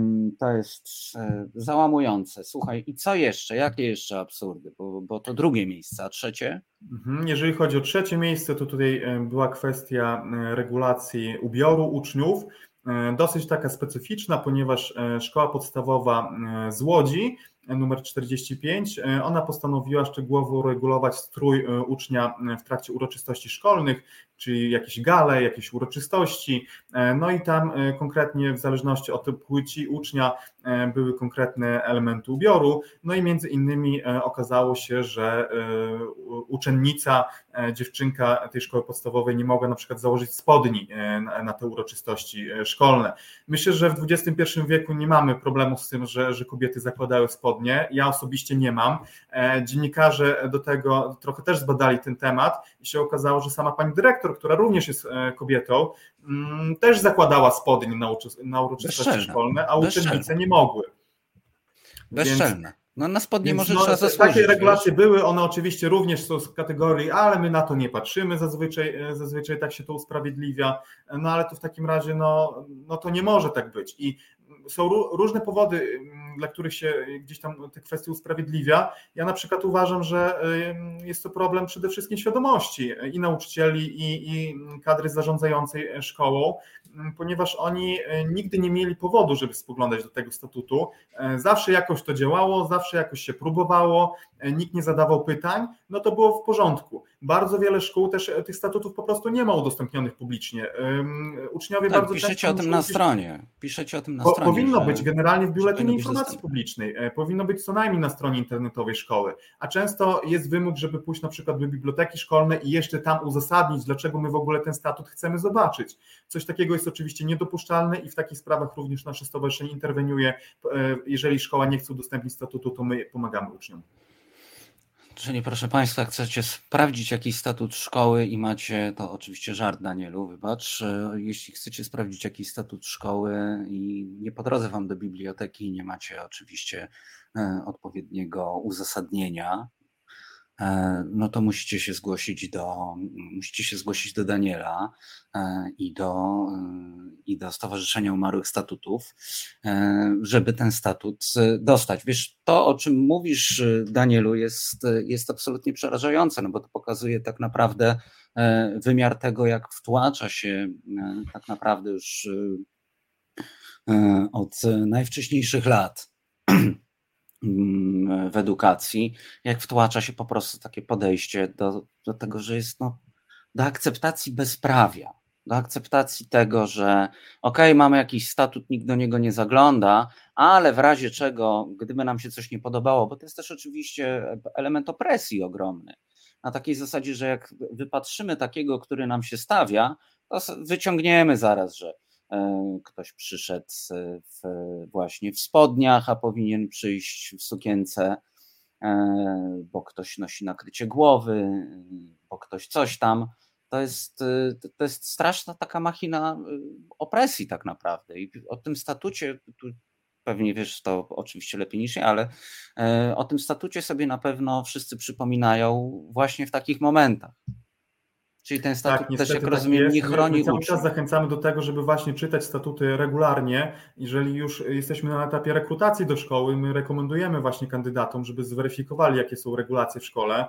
załamujące. Słuchaj, i co jeszcze? Jakie jeszcze absurdy? Bo to drugie miejsce, a trzecie? Jeżeli chodzi o trzecie miejsce, to tutaj była kwestia regulacji ubioru uczniów, dosyć taka specyficzna, ponieważ szkoła podstawowa z Łodzi, numer 45, ona postanowiła szczegółowo regulować strój ucznia w trakcie uroczystości szkolnych, czyli jakieś gale, jakieś uroczystości, no i tam konkretnie w zależności od płci ucznia były konkretne elementy ubioru, no i między innymi okazało się, że uczennica, dziewczynka tej szkoły podstawowej nie mogła na przykład założyć spodni na te uroczystości szkolne. Myślę, że w XXI wieku nie mamy problemu z tym, że kobiety zakładają spodnie, ja osobiście nie mam. Dziennikarze do tego trochę też zbadali ten temat i się okazało, że sama pani dyrektor, która również jest kobietą, też zakładała spodnie na uroczystości szkolne, a uczennice nie mogły. Bezczelne. No na spodnie może trzeba zasłużyć. Takie regulacje były, one oczywiście również są z kategorii, ale my na to nie patrzymy, zazwyczaj tak się to usprawiedliwia, no ale to w takim razie no to nie może tak być i są różne powody, dla których się gdzieś tam te kwestie usprawiedliwia. Ja na przykład uważam, że jest to problem przede wszystkim świadomości i nauczycieli, i kadry zarządzającej szkołą, ponieważ oni nigdy nie mieli powodu, żeby spoglądać do tego statutu. Zawsze jakoś to działało, zawsze jakoś się próbowało. nikt nie zadawał pytań, no to było w porządku. Bardzo wiele szkół też tych statutów po prostu nie ma udostępnionych publicznie. Uczniowie Tak, bardzo piszecie często o tym na stronie. Piszecie o tym na stronie. Powinno być generalnie w biuletynie informacji dostępne. publicznej, powinno być co najmniej na stronie internetowej szkoły, a często jest wymóg, żeby pójść na przykład do biblioteki szkolnej i jeszcze tam uzasadnić, dlaczego my w ogóle ten statut chcemy zobaczyć. Coś takiego jest oczywiście niedopuszczalne i w takich sprawach również nasze stowarzyszenie interweniuje. Jeżeli szkoła nie chce udostępnić statutu, to my pomagamy uczniom. Czyli proszę Państwa, chcecie sprawdzić jakiś statut szkoły i macie, to oczywiście żart Danielu, wybacz, jeśli chcecie sprawdzić jakiś statut szkoły i nie po drodze Wam do biblioteki, nie macie oczywiście odpowiedniego uzasadnienia, no to musicie się zgłosić do Daniela i do Stowarzyszenia Umarłych Statutów, żeby ten statut dostać. Wiesz, to o czym mówisz, Danielu, jest absolutnie przerażające, no bo to pokazuje tak naprawdę wymiar tego, jak wtłacza się tak naprawdę już od najwcześniejszych lat w edukacji, jak wtłacza się po prostu takie podejście do tego, że jest do akceptacji bezprawia, do akceptacji tego, że mamy jakiś statut, nikt do niego nie zagląda, ale w razie czego, gdyby nam się coś nie podobało, bo to jest też oczywiście element opresji ogromny, na takiej zasadzie, że jak wypatrzymy takiego, który nam się stawia, to wyciągniemy zaraz, że ktoś przyszedł właśnie w spodniach, a powinien przyjść w sukience, bo ktoś nosi nakrycie głowy, bo ktoś coś tam. To jest straszna taka machina opresji tak naprawdę. I o tym statucie, tu pewnie wiesz to oczywiście lepiej niż ja, ale o tym statucie sobie na pewno wszyscy przypominają właśnie w takich momentach. Czyli ten statut też, jak rozumiem, nie chroni uczniów. My cały czas uczniów. zachęcamy do tego, żeby właśnie czytać statuty regularnie. Jeżeli już jesteśmy na etapie rekrutacji do szkoły, my rekomendujemy właśnie kandydatom, żeby zweryfikowali, jakie są regulacje w szkole,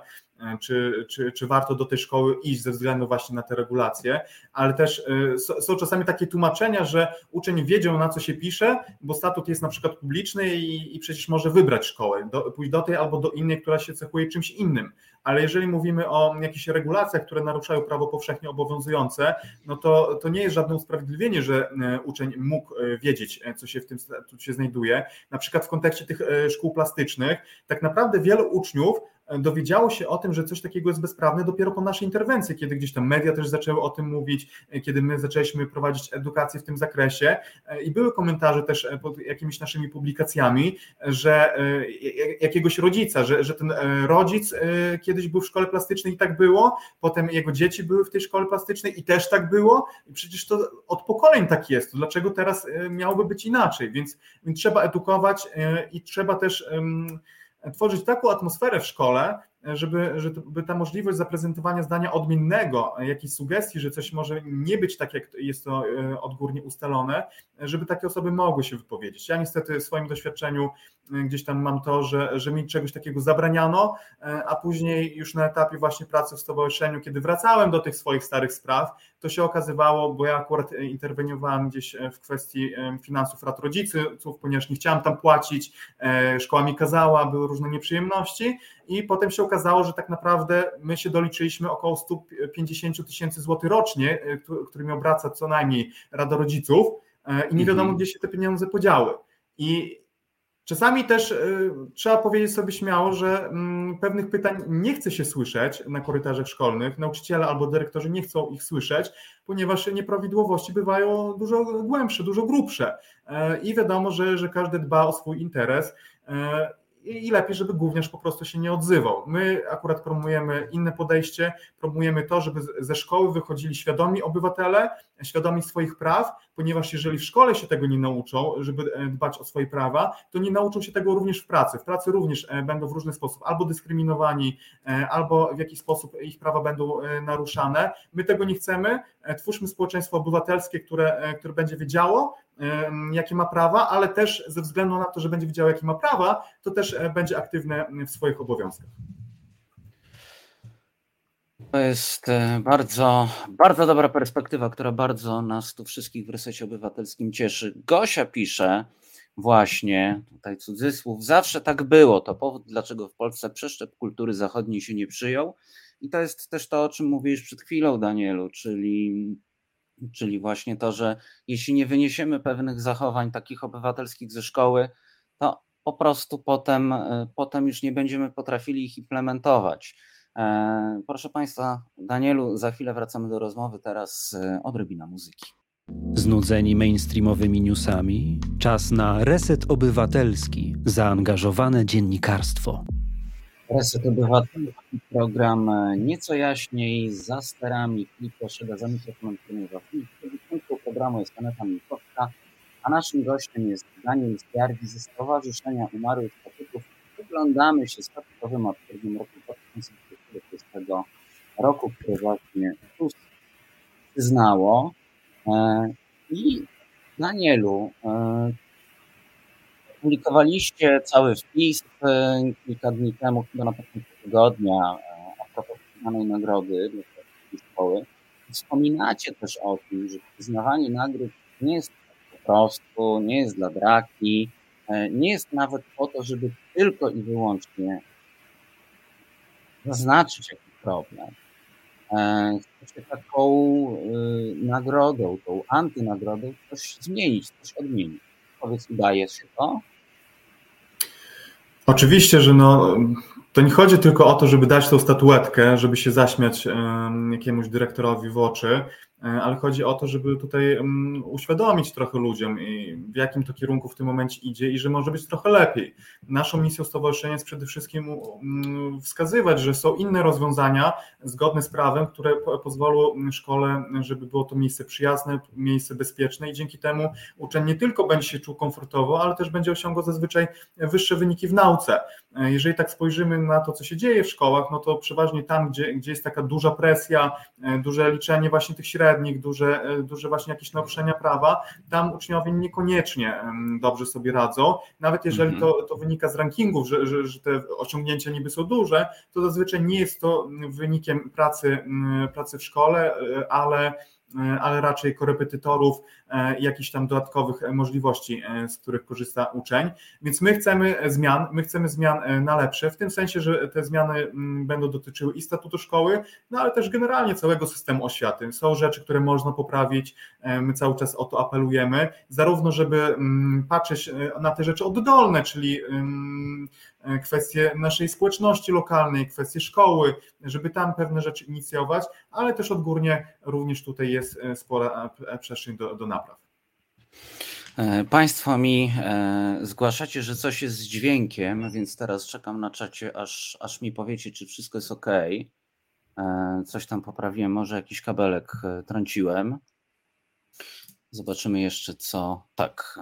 czy warto do tej szkoły iść ze względu właśnie na te regulacje, ale też są czasami takie tłumaczenia, że uczeń wiedział, na co się pisze, bo statut jest na przykład publiczny i przecież może wybrać szkołę, pójść do tej albo do innej, która się cechuje czymś innym. Ale jeżeli mówimy o jakichś regulacjach, które naruszają prawo powszechnie obowiązujące, no to nie jest żadne usprawiedliwienie, że uczeń mógł wiedzieć, co się w tym statucie znajduje. Na przykład w kontekście tych szkół plastycznych, tak naprawdę wielu uczniów dowiedziało się o tym, że coś takiego jest bezprawne dopiero po naszej interwencji, kiedy gdzieś tam media też zaczęły o tym mówić, kiedy my zaczęliśmy prowadzić edukację w tym zakresie i były komentarze też pod jakimiś naszymi publikacjami, że jakiegoś rodzica, że ten rodzic kiedyś był w szkole plastycznej i tak było, potem jego dzieci były w tej szkole plastycznej i też tak było i przecież to od pokoleń tak jest, to dlaczego teraz miałoby być inaczej, więc trzeba edukować i trzeba też tworzyć taką atmosferę w szkole, żeby ta możliwość zaprezentowania zdania odmiennego, jakiejś sugestii, że coś może nie być tak, jak jest to odgórnie ustalone, żeby takie osoby mogły się wypowiedzieć. Ja niestety w swoim doświadczeniu gdzieś tam mam to, że mi czegoś takiego zabraniano, a później już na etapie właśnie pracy w stowarzyszeniu, kiedy wracałem do tych swoich starych spraw, to się okazywało, bo ja akurat interweniowałem gdzieś w kwestii finansów rad rodziców, ponieważ nie chciałem tam płacić, szkoła mi kazała, były różne nieprzyjemności i potem się okazało, że tak naprawdę my się doliczyliśmy około 150 000 złotych rocznie, którymi obraca co najmniej Rada Rodziców i nie wiadomo, gdzie się te pieniądze podziały. I czasami też trzeba powiedzieć sobie śmiało, że pewnych pytań nie chce się słyszeć na korytarzach szkolnych, nauczyciele albo dyrektorzy nie chcą ich słyszeć, ponieważ nieprawidłowości bywają dużo głębsze, dużo grubsze i wiadomo, że każdy dba o swój interes i lepiej, żeby gówniarz po prostu się nie odzywał. My akurat promujemy inne podejście, promujemy to, żeby ze szkoły wychodzili świadomi obywatele, świadomi swoich praw, ponieważ jeżeli w szkole się tego nie nauczą, żeby dbać o swoje prawa, to nie nauczą się tego również w pracy. W pracy również będą w różny sposób albo dyskryminowani, albo w jakiś sposób ich prawa będą naruszane. My tego nie chcemy. Twórzmy społeczeństwo obywatelskie, które będzie wiedziało, jakie ma prawa, ale też ze względu na to, że będzie wiedziało, jakie ma prawa, to też będzie aktywne w swoich obowiązkach. To jest bardzo, bardzo dobra perspektywa, która bardzo nas tu wszystkich w Resecie Obywatelskim cieszy. Gosia pisze, Właśnie, tutaj cudzysłów, zawsze tak było. To powód, dlaczego w Polsce przeszczep kultury zachodniej się nie przyjął. I to jest też to, o czym mówiłeś przed chwilą, Danielu, czyli właśnie to, że jeśli nie wyniesiemy pewnych zachowań takich obywatelskich ze szkoły, to po prostu potem już nie będziemy potrafili ich implementować. Proszę Państwa, Danielu, za chwilę wracamy do rozmowy, teraz odrobina muzyki. Znudzeni mainstreamowymi newsami? Czas na Reset Obywatelski, zaangażowane dziennikarstwo. Reset Obywatelski, program nieco jaśniej, za sterami Filip Poszeda, za mikrofonem Producentką programu jest Aneta Milkowska, a naszym gościem jest Daniel Zbiardi ze Stowarzyszenia Umarłych Statutów. Przyglądamy się statutowym absurdom roku 2020 roku, który właśnie TUS przyznało. I Danielu, publikowaliście cały wpis kilka dni temu, chyba na początku tygodnia, a propos przyznanej nagrody dla tej szkoły. Wspominacie też o tym, że przyznawanie nagród nie jest po prostu, nie jest dla draki, nie jest nawet po to, żeby tylko i wyłącznie zaznaczyć jakiś problem. Chcecie taką nagrodą, tą antynagrodą coś zmienić, coś odmienić. Powiedz, udaje się to? Oczywiście, że to nie chodzi tylko o to, żeby dać tą statuetkę, żeby się zaśmiać jakiemuś dyrektorowi w oczy, ale chodzi o to, żeby tutaj uświadomić trochę ludziom, w jakim to kierunku w tym momencie idzie i że może być trochę lepiej. Naszą misją stowarzyszenia jest przede wszystkim wskazywać, że są inne rozwiązania zgodne z prawem, które pozwolą szkole, żeby było to miejsce przyjazne, miejsce bezpieczne i dzięki temu uczeń nie tylko będzie się czuł komfortowo, ale też będzie osiągał zazwyczaj wyższe wyniki w nauce. Jeżeli tak spojrzymy na to, co się dzieje w szkołach, no to przeważnie tam, gdzie jest taka duża presja, duże liczenie właśnie tych średnich, duże właśnie jakieś naruszenia prawa, tam uczniowie niekoniecznie dobrze sobie radzą. Nawet jeżeli to wynika z rankingów, że te osiągnięcia niby są duże, to zazwyczaj nie jest to wynikiem pracy w szkole, ale raczej korepetytorów i jakichś tam dodatkowych możliwości, z których korzysta uczeń. Więc my chcemy zmian na lepsze, w tym sensie, że te zmiany będą dotyczyły i statutu szkoły, ale też generalnie całego systemu oświaty. Są rzeczy, które można poprawić, my cały czas o to apelujemy, zarówno żeby patrzeć na te rzeczy oddolne, czyli kwestie naszej społeczności lokalnej, kwestie szkoły, żeby tam pewne rzeczy inicjować, ale też odgórnie również tutaj jest spora przestrzeń do napraw. Państwo mi zgłaszacie, że coś jest z dźwiękiem, więc teraz czekam na czacie, aż mi powiecie, czy wszystko jest ok. Coś tam poprawiłem, może jakiś kabelek trąciłem. Zobaczymy jeszcze co. Tak,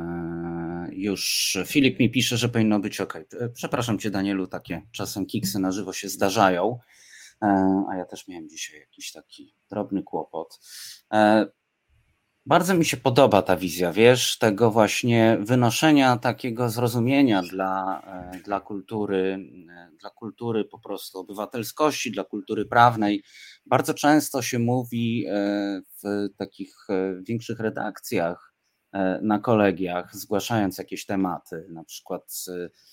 już Filip mi pisze, że powinno być ok. Przepraszam Cię, Danielu, takie czasem kiksy na żywo się zdarzają, a ja też miałem dzisiaj jakiś taki drobny kłopot. Bardzo mi się podoba ta wizja, wiesz, tego właśnie wynoszenia takiego zrozumienia dla kultury po prostu obywatelskości, dla kultury prawnej. Bardzo często się mówi w takich większych redakcjach na kolegiach, zgłaszając jakieś tematy, na przykład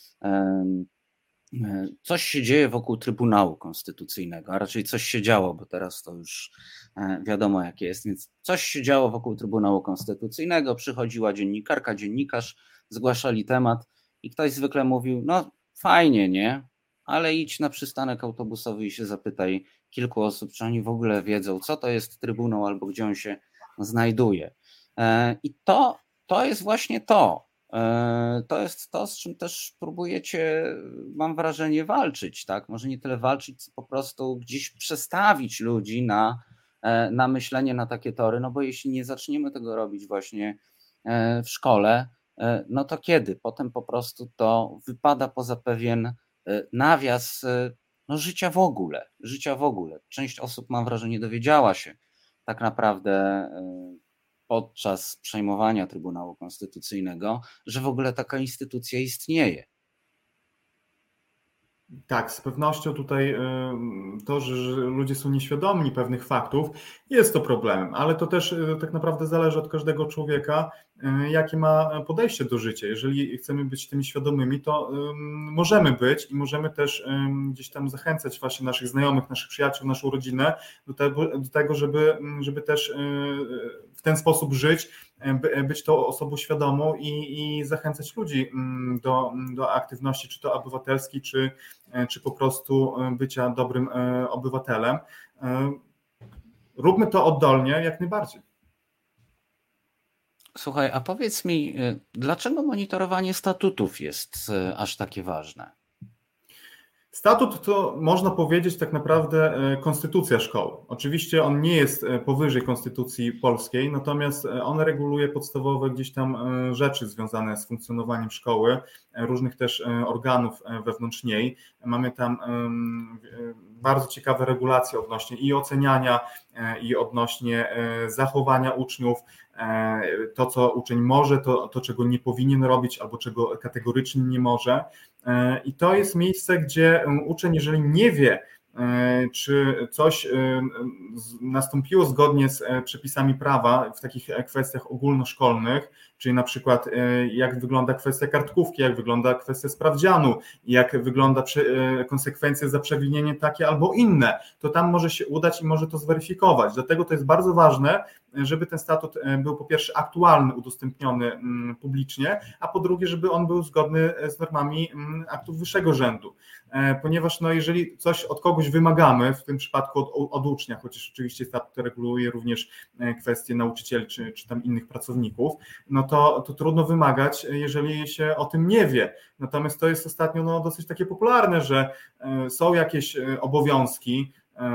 coś się dzieje wokół Trybunału Konstytucyjnego, a raczej coś się działo, bo teraz to już wiadomo jakie jest, więc coś się działo wokół Trybunału Konstytucyjnego, przychodziła dziennikarka, dziennikarz, zgłaszali temat i ktoś zwykle mówił, no fajnie, nie? Ale idź na przystanek autobusowy i się zapytaj kilku osób, czy oni w ogóle wiedzą, co to jest Trybunał albo gdzie on się znajduje. I to jest właśnie to. To jest to, z czym też próbujecie, mam wrażenie, walczyć, tak? Może nie tyle walczyć, co po prostu gdzieś przestawić ludzi na myślenie na takie tory, no bo jeśli nie zaczniemy tego robić właśnie w szkole, no to kiedy? Potem po prostu to wypada poza pewien nawias życia w ogóle. Część osób, mam wrażenie, dowiedziała się tak naprawdę podczas przejmowania Trybunału Konstytucyjnego, że w ogóle taka instytucja istnieje. Tak, z pewnością tutaj to, że ludzie są nieświadomi pewnych faktów, jest to problemem, ale to też tak naprawdę zależy od każdego człowieka, jakie ma podejście do życia. Jeżeli chcemy być tymi świadomymi, to możemy być i możemy też gdzieś tam zachęcać właśnie naszych znajomych, naszych przyjaciół, naszą rodzinę do tego, żeby też w ten sposób żyć, być tą osobą świadomą i zachęcać ludzi do aktywności, czy to obywatelskiej, czy po prostu bycia dobrym obywatelem. Róbmy to oddolnie jak najbardziej. Słuchaj, a powiedz mi, dlaczego monitorowanie statutów jest aż takie ważne? Statut to można powiedzieć tak naprawdę konstytucja szkoły. Oczywiście on nie jest powyżej konstytucji polskiej, natomiast on reguluje podstawowe gdzieś tam rzeczy związane z funkcjonowaniem szkoły, różnych też organów wewnątrz niej. Mamy tam bardzo ciekawe regulacje odnośnie i oceniania, i odnośnie zachowania uczniów, to co uczeń może, to czego nie powinien robić albo czego kategorycznie nie może. I to jest miejsce, gdzie uczeń, jeżeli nie wie, czy coś nastąpiło zgodnie z przepisami prawa w takich kwestiach ogólnoszkolnych, czyli na przykład jak wygląda kwestia kartkówki, jak wygląda kwestia sprawdzianu, jak wygląda konsekwencje za przewinienie takie albo inne, to tam może się udać i może to zweryfikować. Dlatego to jest bardzo ważne, żeby ten statut był po pierwsze aktualny, udostępniony publicznie, a po drugie, żeby on był zgodny z normami aktów wyższego rzędu. Ponieważ jeżeli coś od kogoś wymagamy, w tym przypadku od ucznia, chociaż oczywiście statut reguluje również kwestie nauczycieli czy tam innych pracowników, no to trudno wymagać, jeżeli się o tym nie wie. Natomiast to jest ostatnio dosyć takie popularne, że są jakieś obowiązki,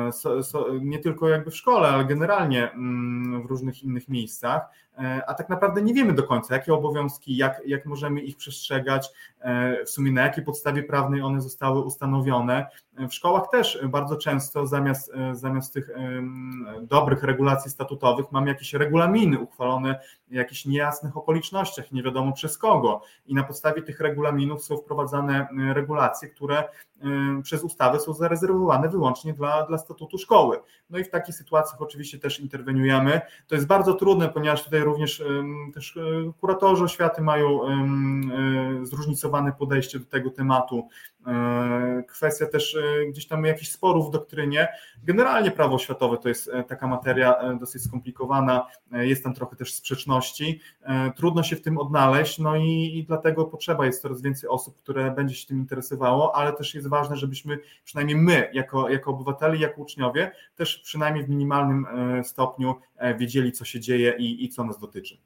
nie tylko jakby w szkole, ale generalnie w różnych innych miejscach, a tak naprawdę nie wiemy do końca, jakie obowiązki, jak możemy ich przestrzegać, w sumie na jakiej podstawie prawnej one zostały ustanowione. W szkołach też bardzo często zamiast tych dobrych regulacji statutowych mamy jakieś regulaminy uchwalone w jakichś niejasnych okolicznościach, nie wiadomo przez kogo, i na podstawie tych regulaminów są wprowadzane regulacje, które przez ustawę są zarezerwowane wyłącznie dla statutu szkoły. No i w takich sytuacjach oczywiście też interweniujemy. To jest bardzo trudne, ponieważ tutaj również też kuratorzy oświaty mają zróżnicowane podejście do tego tematu. Kwestia też gdzieś tam jakichś sporów w doktrynie. Generalnie prawo oświatowe to jest taka materia dosyć skomplikowana, jest tam trochę też sprzeczności, trudno się w tym odnaleźć, no i dlatego potrzeba jest coraz więcej osób, które będzie się tym interesowało, ale też jest ważne, żebyśmy przynajmniej my, jako obywatele, jako uczniowie, też przynajmniej w minimalnym stopniu wiedzieli, co się dzieje i co nas dotyczy.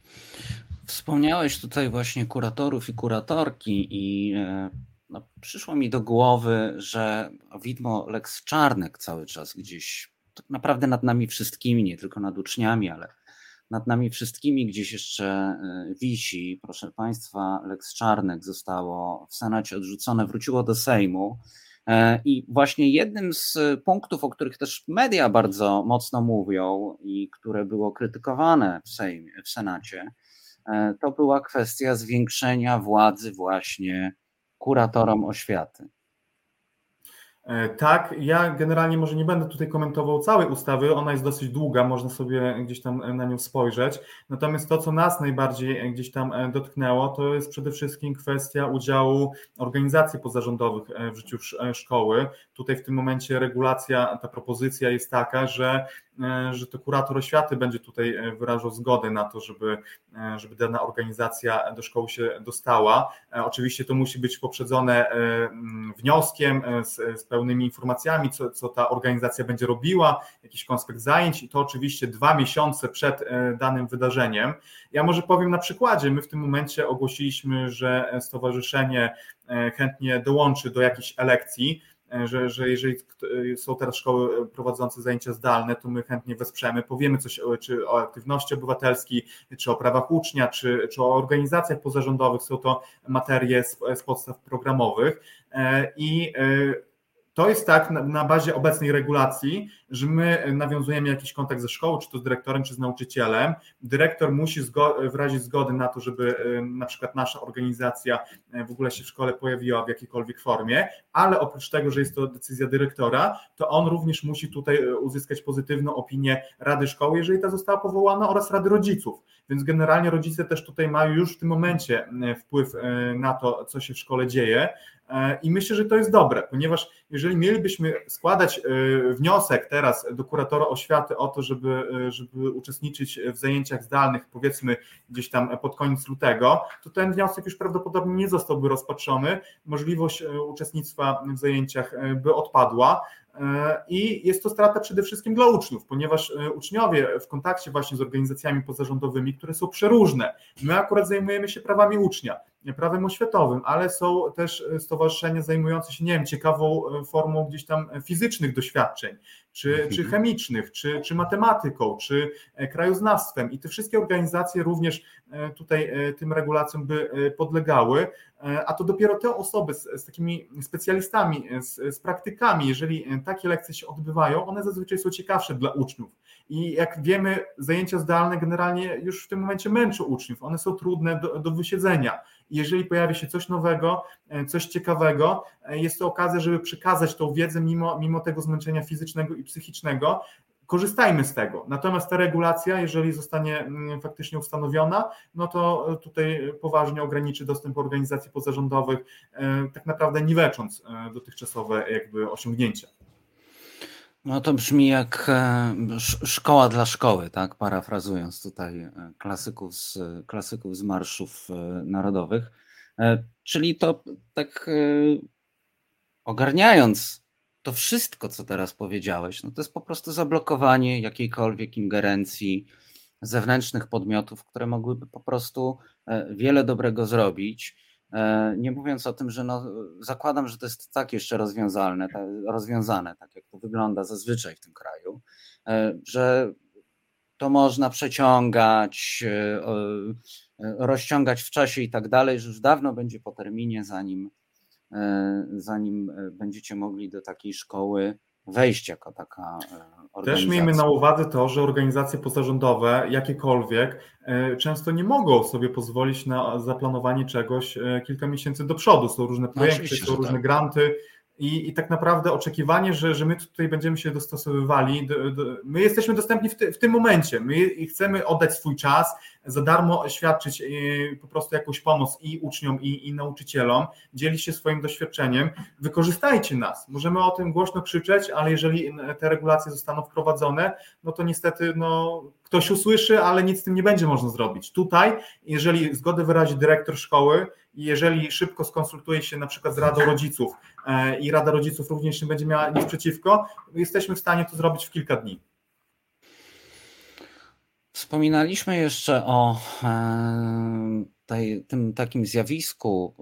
Wspomniałeś tutaj właśnie kuratorów i kuratorki i przyszło mi do głowy, że widmo Lex Czarnek cały czas gdzieś tak naprawdę nad nami wszystkimi, nie tylko nad uczniami, ale nad nami wszystkimi gdzieś jeszcze wisi. Proszę Państwa, Lex Czarnek zostało w Senacie odrzucone, wróciło do Sejmu i właśnie jednym z punktów, o których też media bardzo mocno mówią i które było krytykowane w Senacie, to była kwestia zwiększenia władzy właśnie kuratorom oświaty. Tak, ja generalnie może nie będę tutaj komentował całej ustawy, ona jest dosyć długa, można sobie gdzieś tam na nią spojrzeć, natomiast to, co nas najbardziej gdzieś tam dotknęło, to jest przede wszystkim kwestia udziału organizacji pozarządowych w życiu szkoły. Tutaj w tym momencie regulacja, ta propozycja jest taka, że to kurator oświaty będzie tutaj wyrażał zgodę na to, żeby dana organizacja do szkoły się dostała. Oczywiście to musi być poprzedzone wnioskiem z pełnymi informacjami, co ta organizacja będzie robiła, jakiś konspekt zajęć, i to oczywiście 2 miesiące przed danym wydarzeniem. Ja może powiem na przykładzie, my w tym momencie ogłosiliśmy, że stowarzyszenie chętnie dołączy do jakichś elekcji, że jeżeli są teraz szkoły prowadzące zajęcia zdalne, to my chętnie wesprzemy, powiemy coś czy o aktywności obywatelskiej, czy o prawach ucznia, czy o organizacjach pozarządowych, są to materie z podstaw programowych i To jest tak na bazie obecnej regulacji, że my nawiązujemy jakiś kontakt ze szkołą, czy to z dyrektorem, czy z nauczycielem. Dyrektor musi wyrazić zgodę na to, żeby na przykład nasza organizacja w ogóle się w szkole pojawiła w jakiejkolwiek formie, ale oprócz tego, że jest to decyzja dyrektora, to on również musi tutaj uzyskać pozytywną opinię Rady Szkoły, jeżeli ta została powołana, oraz Rady Rodziców. Więc generalnie rodzice też tutaj mają już w tym momencie wpływ na to, co się w szkole dzieje. I myślę, że to jest dobre, ponieważ jeżeli mielibyśmy składać wniosek teraz do kuratora oświaty o to, żeby uczestniczyć w zajęciach zdalnych, powiedzmy gdzieś tam pod koniec lutego, to ten wniosek już prawdopodobnie nie zostałby rozpatrzony, możliwość uczestnictwa w zajęciach by odpadła. I jest to strata przede wszystkim dla uczniów, ponieważ uczniowie w kontakcie właśnie z organizacjami pozarządowymi, które są przeróżne, my akurat zajmujemy się prawami ucznia, prawem oświatowym, ale są też stowarzyszenia zajmujące się, nie wiem, ciekawą formą gdzieś tam fizycznych doświadczeń, czy chemicznych, czy matematyką, czy krajoznawstwem, i te wszystkie organizacje również tutaj tym regulacjom by podlegały, a to dopiero te osoby z takimi specjalistami, z praktykami, jeżeli takie lekcje się odbywają, one zazwyczaj są ciekawsze dla uczniów. I jak wiemy, zajęcia zdalne generalnie już w tym momencie męczą uczniów, one są trudne do wysiedzenia. I jeżeli pojawi się coś nowego, coś ciekawego, jest to okazja, żeby przekazać tą wiedzę mimo tego zmęczenia fizycznego i psychicznego. Korzystajmy z tego. Natomiast ta regulacja, jeżeli zostanie faktycznie ustanowiona, no to tutaj poważnie ograniczy dostęp organizacji pozarządowych, tak naprawdę niwecząc dotychczasowe jakby osiągnięcia. No to brzmi jak szkoła dla szkoły, tak? Parafrazując tutaj klasyków z marszów narodowych. Czyli to tak ogarniając to wszystko, co teraz powiedziałeś, no to jest po prostu zablokowanie jakiejkolwiek ingerencji zewnętrznych podmiotów, które mogłyby po prostu wiele dobrego zrobić. Nie mówiąc o tym, że zakładam, że to jest tak jeszcze rozwiązane, tak jak to wygląda zazwyczaj w tym kraju, że to można przeciągać, rozciągać w czasie i tak dalej, że już dawno będzie po terminie, zanim będziecie mogli do takiej szkoły wejść jako taka organizacja. Też miejmy na uwadze to, że organizacje pozarządowe, jakiekolwiek, często nie mogą sobie pozwolić na zaplanowanie czegoś kilka miesięcy do przodu. Są różne projekty, są różne granty. I tak naprawdę oczekiwanie, że my tutaj będziemy się dostosowywali, my jesteśmy dostępni w tym momencie, my chcemy oddać swój czas, za darmo świadczyć po prostu jakąś pomoc i uczniom, i nauczycielom, dzielić się swoim doświadczeniem, wykorzystajcie nas, możemy o tym głośno krzyczeć, ale jeżeli te regulacje zostaną wprowadzone, no to niestety ktoś usłyszy, ale nic z tym nie będzie można zrobić. Tutaj, jeżeli zgodę wyrazi dyrektor szkoły, i jeżeli szybko skonsultuje się na przykład z Radą Rodziców i Rada Rodziców również nie będzie miała nic przeciwko, jesteśmy w stanie to zrobić w kilka dni. Wspominaliśmy jeszcze o tym takim zjawisku,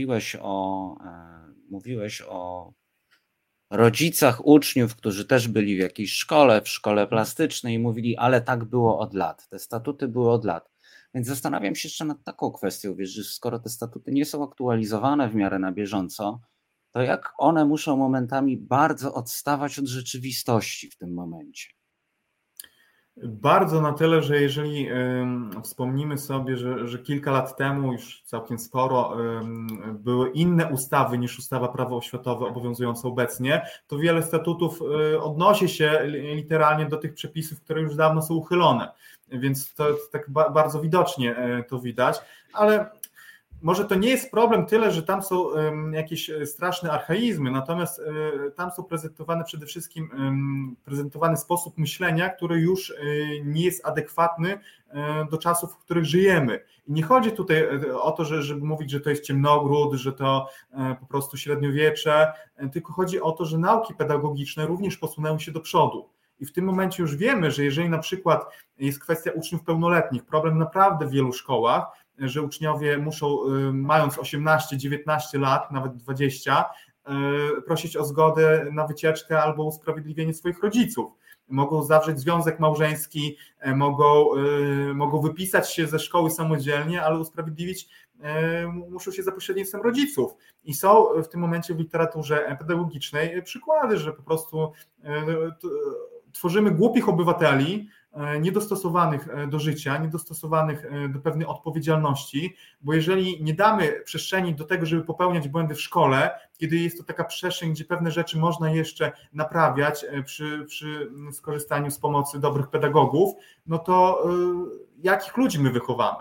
mówiłeś o rodzicach uczniów, którzy też byli w jakiejś szkole, w szkole plastycznej i mówili, ale tak było od lat, te statuty były od lat. Więc zastanawiam się jeszcze nad taką kwestią, wiesz, że skoro te statuty nie są aktualizowane w miarę na bieżąco, to jak one muszą momentami bardzo odstawać od rzeczywistości w tym momencie? Bardzo na tyle, że jeżeli wspomnimy sobie, że kilka lat temu już całkiem sporo były inne ustawy niż ustawa Prawo oświatowe obowiązująca obecnie, to wiele statutów odnosi się literalnie do tych przepisów, które już dawno są uchylone, więc to tak bardzo widocznie to widać, ale może to nie jest problem tyle, że tam są jakieś straszne archaizmy, natomiast tam są prezentowane przede wszystkim sposób myślenia, który już nie jest adekwatny do czasów, w których żyjemy. I nie chodzi tutaj o to, żeby mówić, że to jest ciemnogród, że to po prostu średniowiecze, tylko chodzi o to, że nauki pedagogiczne również posunęły się do przodu. I w tym momencie już wiemy, że jeżeli na przykład jest kwestia uczniów pełnoletnich, problem naprawdę w wielu szkołach, że uczniowie muszą, mając 18, 19 lat, nawet 20, prosić o zgodę na wycieczkę albo usprawiedliwienie swoich rodziców. mogą zawrzeć związek małżeński, mogą wypisać się ze szkoły samodzielnie, ale usprawiedliwić muszą się za pośrednictwem rodziców. I są w tym momencie w literaturze pedagogicznej przykłady, że po prostu tworzymy głupich obywateli, niedostosowanych do życia, niedostosowanych do pewnej odpowiedzialności, bo jeżeli nie damy przestrzeni do tego, żeby popełniać błędy w szkole, kiedy jest to taka przestrzeń, gdzie pewne rzeczy można jeszcze naprawiać przy skorzystaniu z pomocy dobrych pedagogów, no to jakich ludzi my wychowamy?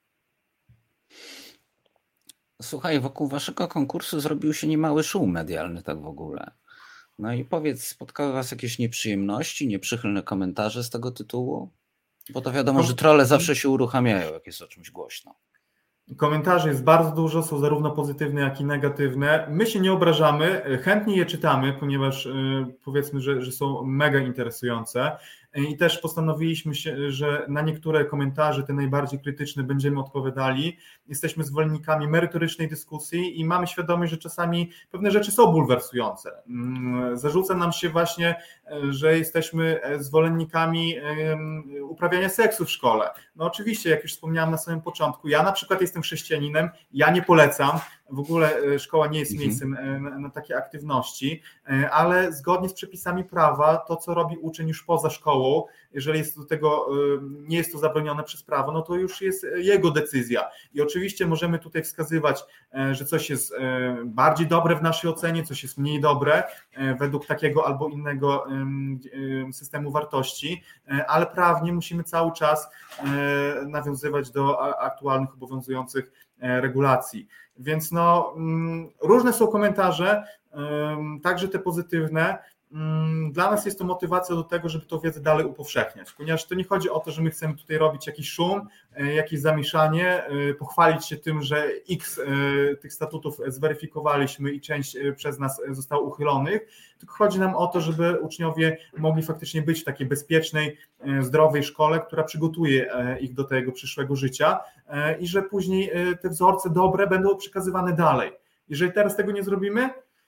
Słuchaj, wokół waszego konkursu zrobił się niemały szum medialny tak w ogóle. No i powiedz, spotkały was jakieś nieprzyjemności, nieprzychylne komentarze z tego tytułu? Bo to wiadomo, że trolle zawsze się uruchamiają, jak jest o czymś głośno. Komentarzy jest bardzo dużo, są zarówno pozytywne, jak i negatywne. My się nie obrażamy, chętnie je czytamy, ponieważ powiedzmy, że są mega interesujące i też postanowiliśmy się, że na niektóre komentarze, te najbardziej krytyczne, będziemy odpowiadali. Jesteśmy zwolennikami merytorycznej dyskusji i mamy świadomość, że czasami pewne rzeczy są bulwersujące. Zarzuca nam się właśnie, że jesteśmy zwolennikami uprawiania seksu w szkole. No oczywiście, jak już wspomniałem na samym początku, ja na przykład jestem chrześcijaninem, ja nie polecam, w ogóle szkoła nie jest miejscem na takie aktywności, ale zgodnie z przepisami prawa, to co robi uczeń już poza szkołą, jeżeli jest do tego, nie jest to zabronione przez prawo, no to już jest jego decyzja. I oczywiście możemy tutaj wskazywać, że coś jest bardziej dobre w naszej ocenie, coś jest mniej dobre według takiego albo innego systemu wartości, ale prawnie musimy cały czas nawiązywać do aktualnych obowiązujących regulacji. Więc no, różne są komentarze, także te pozytywne. Dla nas jest to motywacja do tego, żeby tą wiedzę dalej upowszechniać, ponieważ to nie chodzi o to, że my chcemy tutaj robić jakiś szum, jakieś zamieszanie, pochwalić się tym, że X tych statutów zweryfikowaliśmy i część przez nas została uchylonych, tylko chodzi nam o to, żeby uczniowie mogli faktycznie być w takiej bezpiecznej, zdrowej szkole, która przygotuje ich do tego przyszłego życia i że później te wzorce dobre będą przekazywane dalej. Jeżeli teraz tego nie zrobimy,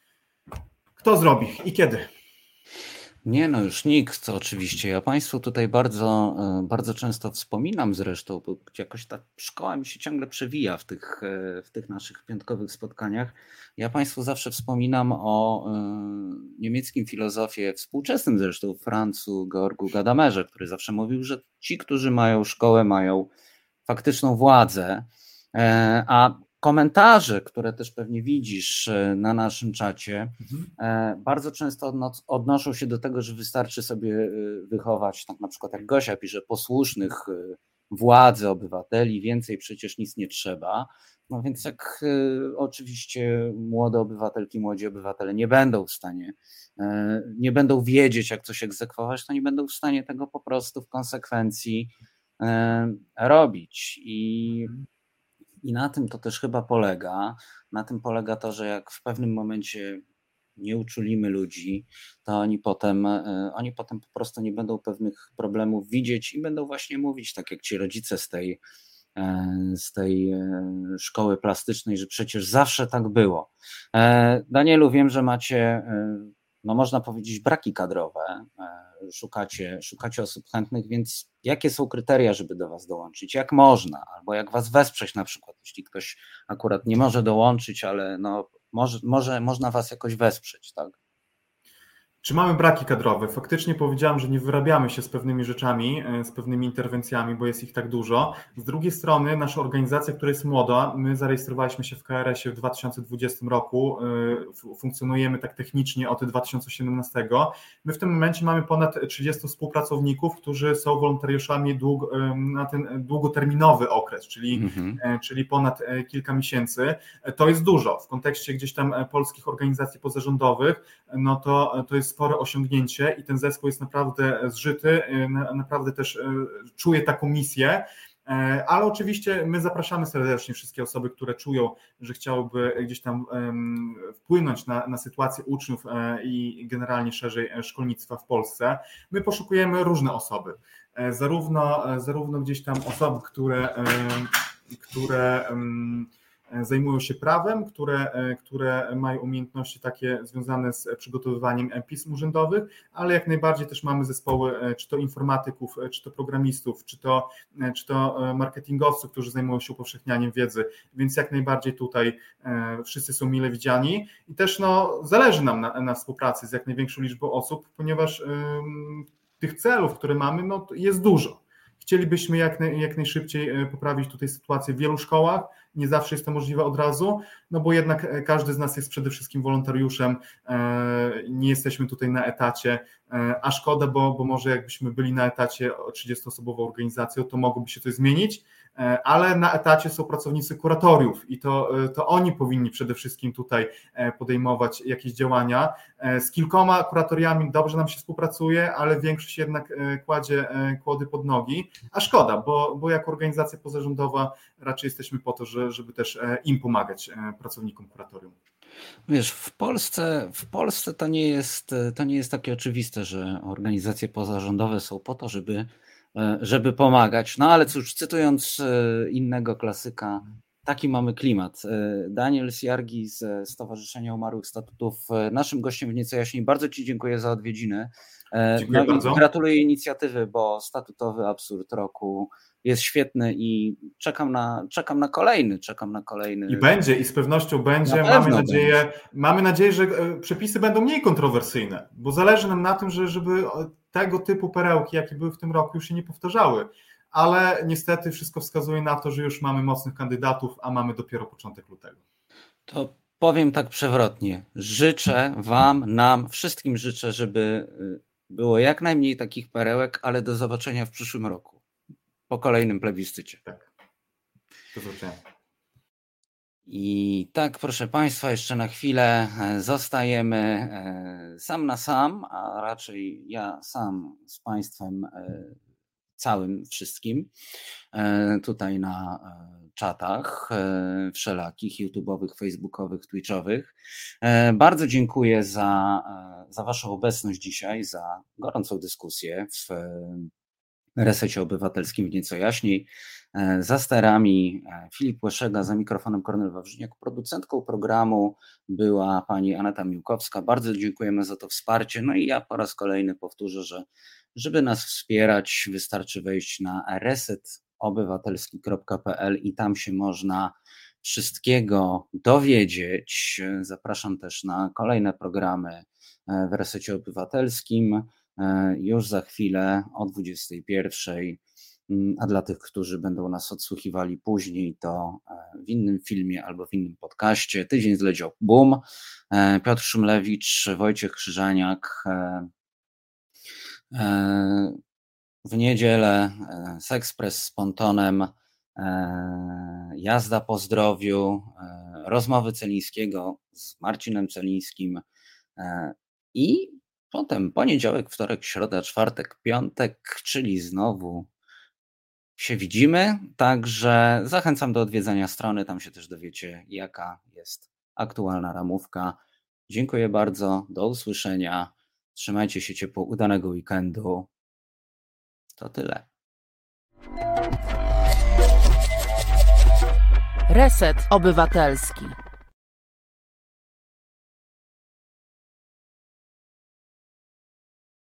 kto zrobi i kiedy? Nie, no już nikt, oczywiście. Ja Państwu tutaj bardzo często wspominam zresztą, bo jakoś ta szkoła mi się ciągle przewija w tych naszych piątkowych spotkaniach. Ja Państwu zawsze wspominam o niemieckim filozofie, współczesnym zresztą, Franzu Georgu Gadamerze, który zawsze mówił, że ci, którzy mają szkołę, mają faktyczną władzę, a komentarze, które też pewnie widzisz na naszym czacie, bardzo często odnoszą się do tego, że wystarczy sobie wychować, tak na przykład jak Gosia pisze, posłusznych władzy, obywateli, więcej przecież nic nie trzeba. No więc jak oczywiście młode obywatelki, młodzi obywatele nie będą w stanie, nie będą wiedzieć, jak coś egzekwować, to nie będą w stanie tego po prostu w konsekwencji robić. I na tym to też chyba polega. Na tym polega to, że jak w pewnym momencie nie uczulimy ludzi, to oni potem po prostu nie będą pewnych problemów widzieć i będą właśnie mówić, tak jak ci rodzice z tej szkoły plastycznej, że przecież zawsze tak było. Danielu, wiem, że macie, no można powiedzieć, braki kadrowe, szukacie osób chętnych, więc jakie są kryteria, żeby do was dołączyć? Jak można? Albo jak was wesprzeć na przykład, jeśli ktoś akurat nie może dołączyć, ale no można was jakoś wesprzeć, tak? Czy mamy braki kadrowe? Faktycznie powiedziałem, że nie wyrabiamy się z pewnymi rzeczami, z pewnymi interwencjami, bo jest ich tak dużo. Z drugiej strony nasza organizacja, która jest młoda, my zarejestrowaliśmy się w KRS-ie w 2020 roku, funkcjonujemy tak technicznie od 2017. My w tym momencie mamy ponad 30 współpracowników, którzy są wolontariuszami na ten długoterminowy okres, czyli ponad kilka miesięcy. To jest dużo. W kontekście gdzieś tam polskich organizacji pozarządowych, no to jest spore osiągnięcie i ten zespół jest naprawdę zżyty, naprawdę też czuje taką misję, ale oczywiście my zapraszamy serdecznie wszystkie osoby, które czują, że chciałyby gdzieś tam wpłynąć na sytuację uczniów i generalnie szerzej szkolnictwa w Polsce. My poszukujemy różne osoby, zarówno gdzieś tam osoby, które zajmują się prawem, które mają umiejętności takie związane z przygotowywaniem pism urzędowych, ale jak najbardziej też mamy zespoły, czy to informatyków, czy to programistów, czy to marketingowców, którzy zajmują się upowszechnianiem wiedzy, więc jak najbardziej tutaj wszyscy są mile widziani i też zależy nam na współpracy z jak największą liczbą osób, ponieważ tych celów, które mamy, jest dużo. Chcielibyśmy jak najszybciej poprawić tutaj sytuację w wielu szkołach, nie zawsze jest to możliwe od razu, bo jednak każdy z nas jest przede wszystkim wolontariuszem, nie jesteśmy tutaj na etacie, a szkoda, bo może jakbyśmy byli na etacie 30-osobową organizacją, to mogłoby się coś zmienić, ale na etacie są pracownicy kuratoriów i to oni powinni przede wszystkim tutaj podejmować jakieś działania. Z kilkoma kuratoriami dobrze nam się współpracuje, ale większość jednak kładzie kłody pod nogi, a szkoda, bo jako organizacja pozarządowa raczej jesteśmy po to, żeby też im pomagać, pracownikom kuratorium. Wiesz, w Polsce to nie jest takie oczywiste, że organizacje pozarządowe są po to, żeby pomagać. No ale cóż, cytując innego klasyka, taki mamy klimat. Daniel Sjargi ze Stowarzyszenia Umarłych Statutów, naszym gościem w Nieco Jaśniej. Bardzo Ci dziękuję za odwiedziny. Dziękuję bardzo. Gratuluję inicjatywy, bo statutowy absurd roku jest świetny i czekam na kolejny. I będzie, i z pewnością będzie. Mamy nadzieję, że przepisy będą mniej kontrowersyjne, bo zależy nam na tym, żeby tego typu perełki, jakie były w tym roku, już się nie powtarzały. Ale niestety wszystko wskazuje na to, że już mamy mocnych kandydatów, a mamy dopiero początek lutego. To powiem tak przewrotnie. Życzę Wam, nam, wszystkim życzę, żeby było jak najmniej takich perełek, ale do zobaczenia w przyszłym roku. Po kolejnym plebiscycie. Tak. Do zobaczenia. I tak, proszę Państwa, jeszcze na chwilę zostajemy sam na sam, a raczej ja sam z Państwem całym wszystkim tutaj na czatach wszelakich, YouTube'owych, Facebookowych, Twitchowych. Bardzo dziękuję za Waszą obecność dzisiaj, za gorącą dyskusję w Resecie Obywatelskim w Nieco Jaśniej. Za sterami Filip Łeszega, za mikrofonem Kornel Wawrzyniak. Producentką programu była pani Aneta Miłkowska. Bardzo dziękujemy za to wsparcie. No i ja po raz kolejny powtórzę, że żeby nas wspierać, wystarczy wejść na resetobywatelski.pl i tam się można wszystkiego dowiedzieć. Zapraszam też na kolejne programy w Resecie Obywatelskim. Już za chwilę o 21:00, a dla tych, którzy będą nas odsłuchiwali później, to w innym filmie albo w innym podcaście. Tydzień zleciał boom. Piotr Szumlewicz, Wojciech Krzyżaniak. W niedzielę Sekspres z Pontonem, Jazda po zdrowiu, rozmowy Celińskiego z Marcinem Celińskim i potem poniedziałek, wtorek, środa, czwartek, piątek, czyli znowu się widzimy. Także zachęcam do odwiedzania strony, tam się też dowiecie, jaka jest aktualna ramówka. Dziękuję bardzo, do usłyszenia. Trzymajcie się ciepło, udanego weekendu. To tyle. Reset Obywatelski.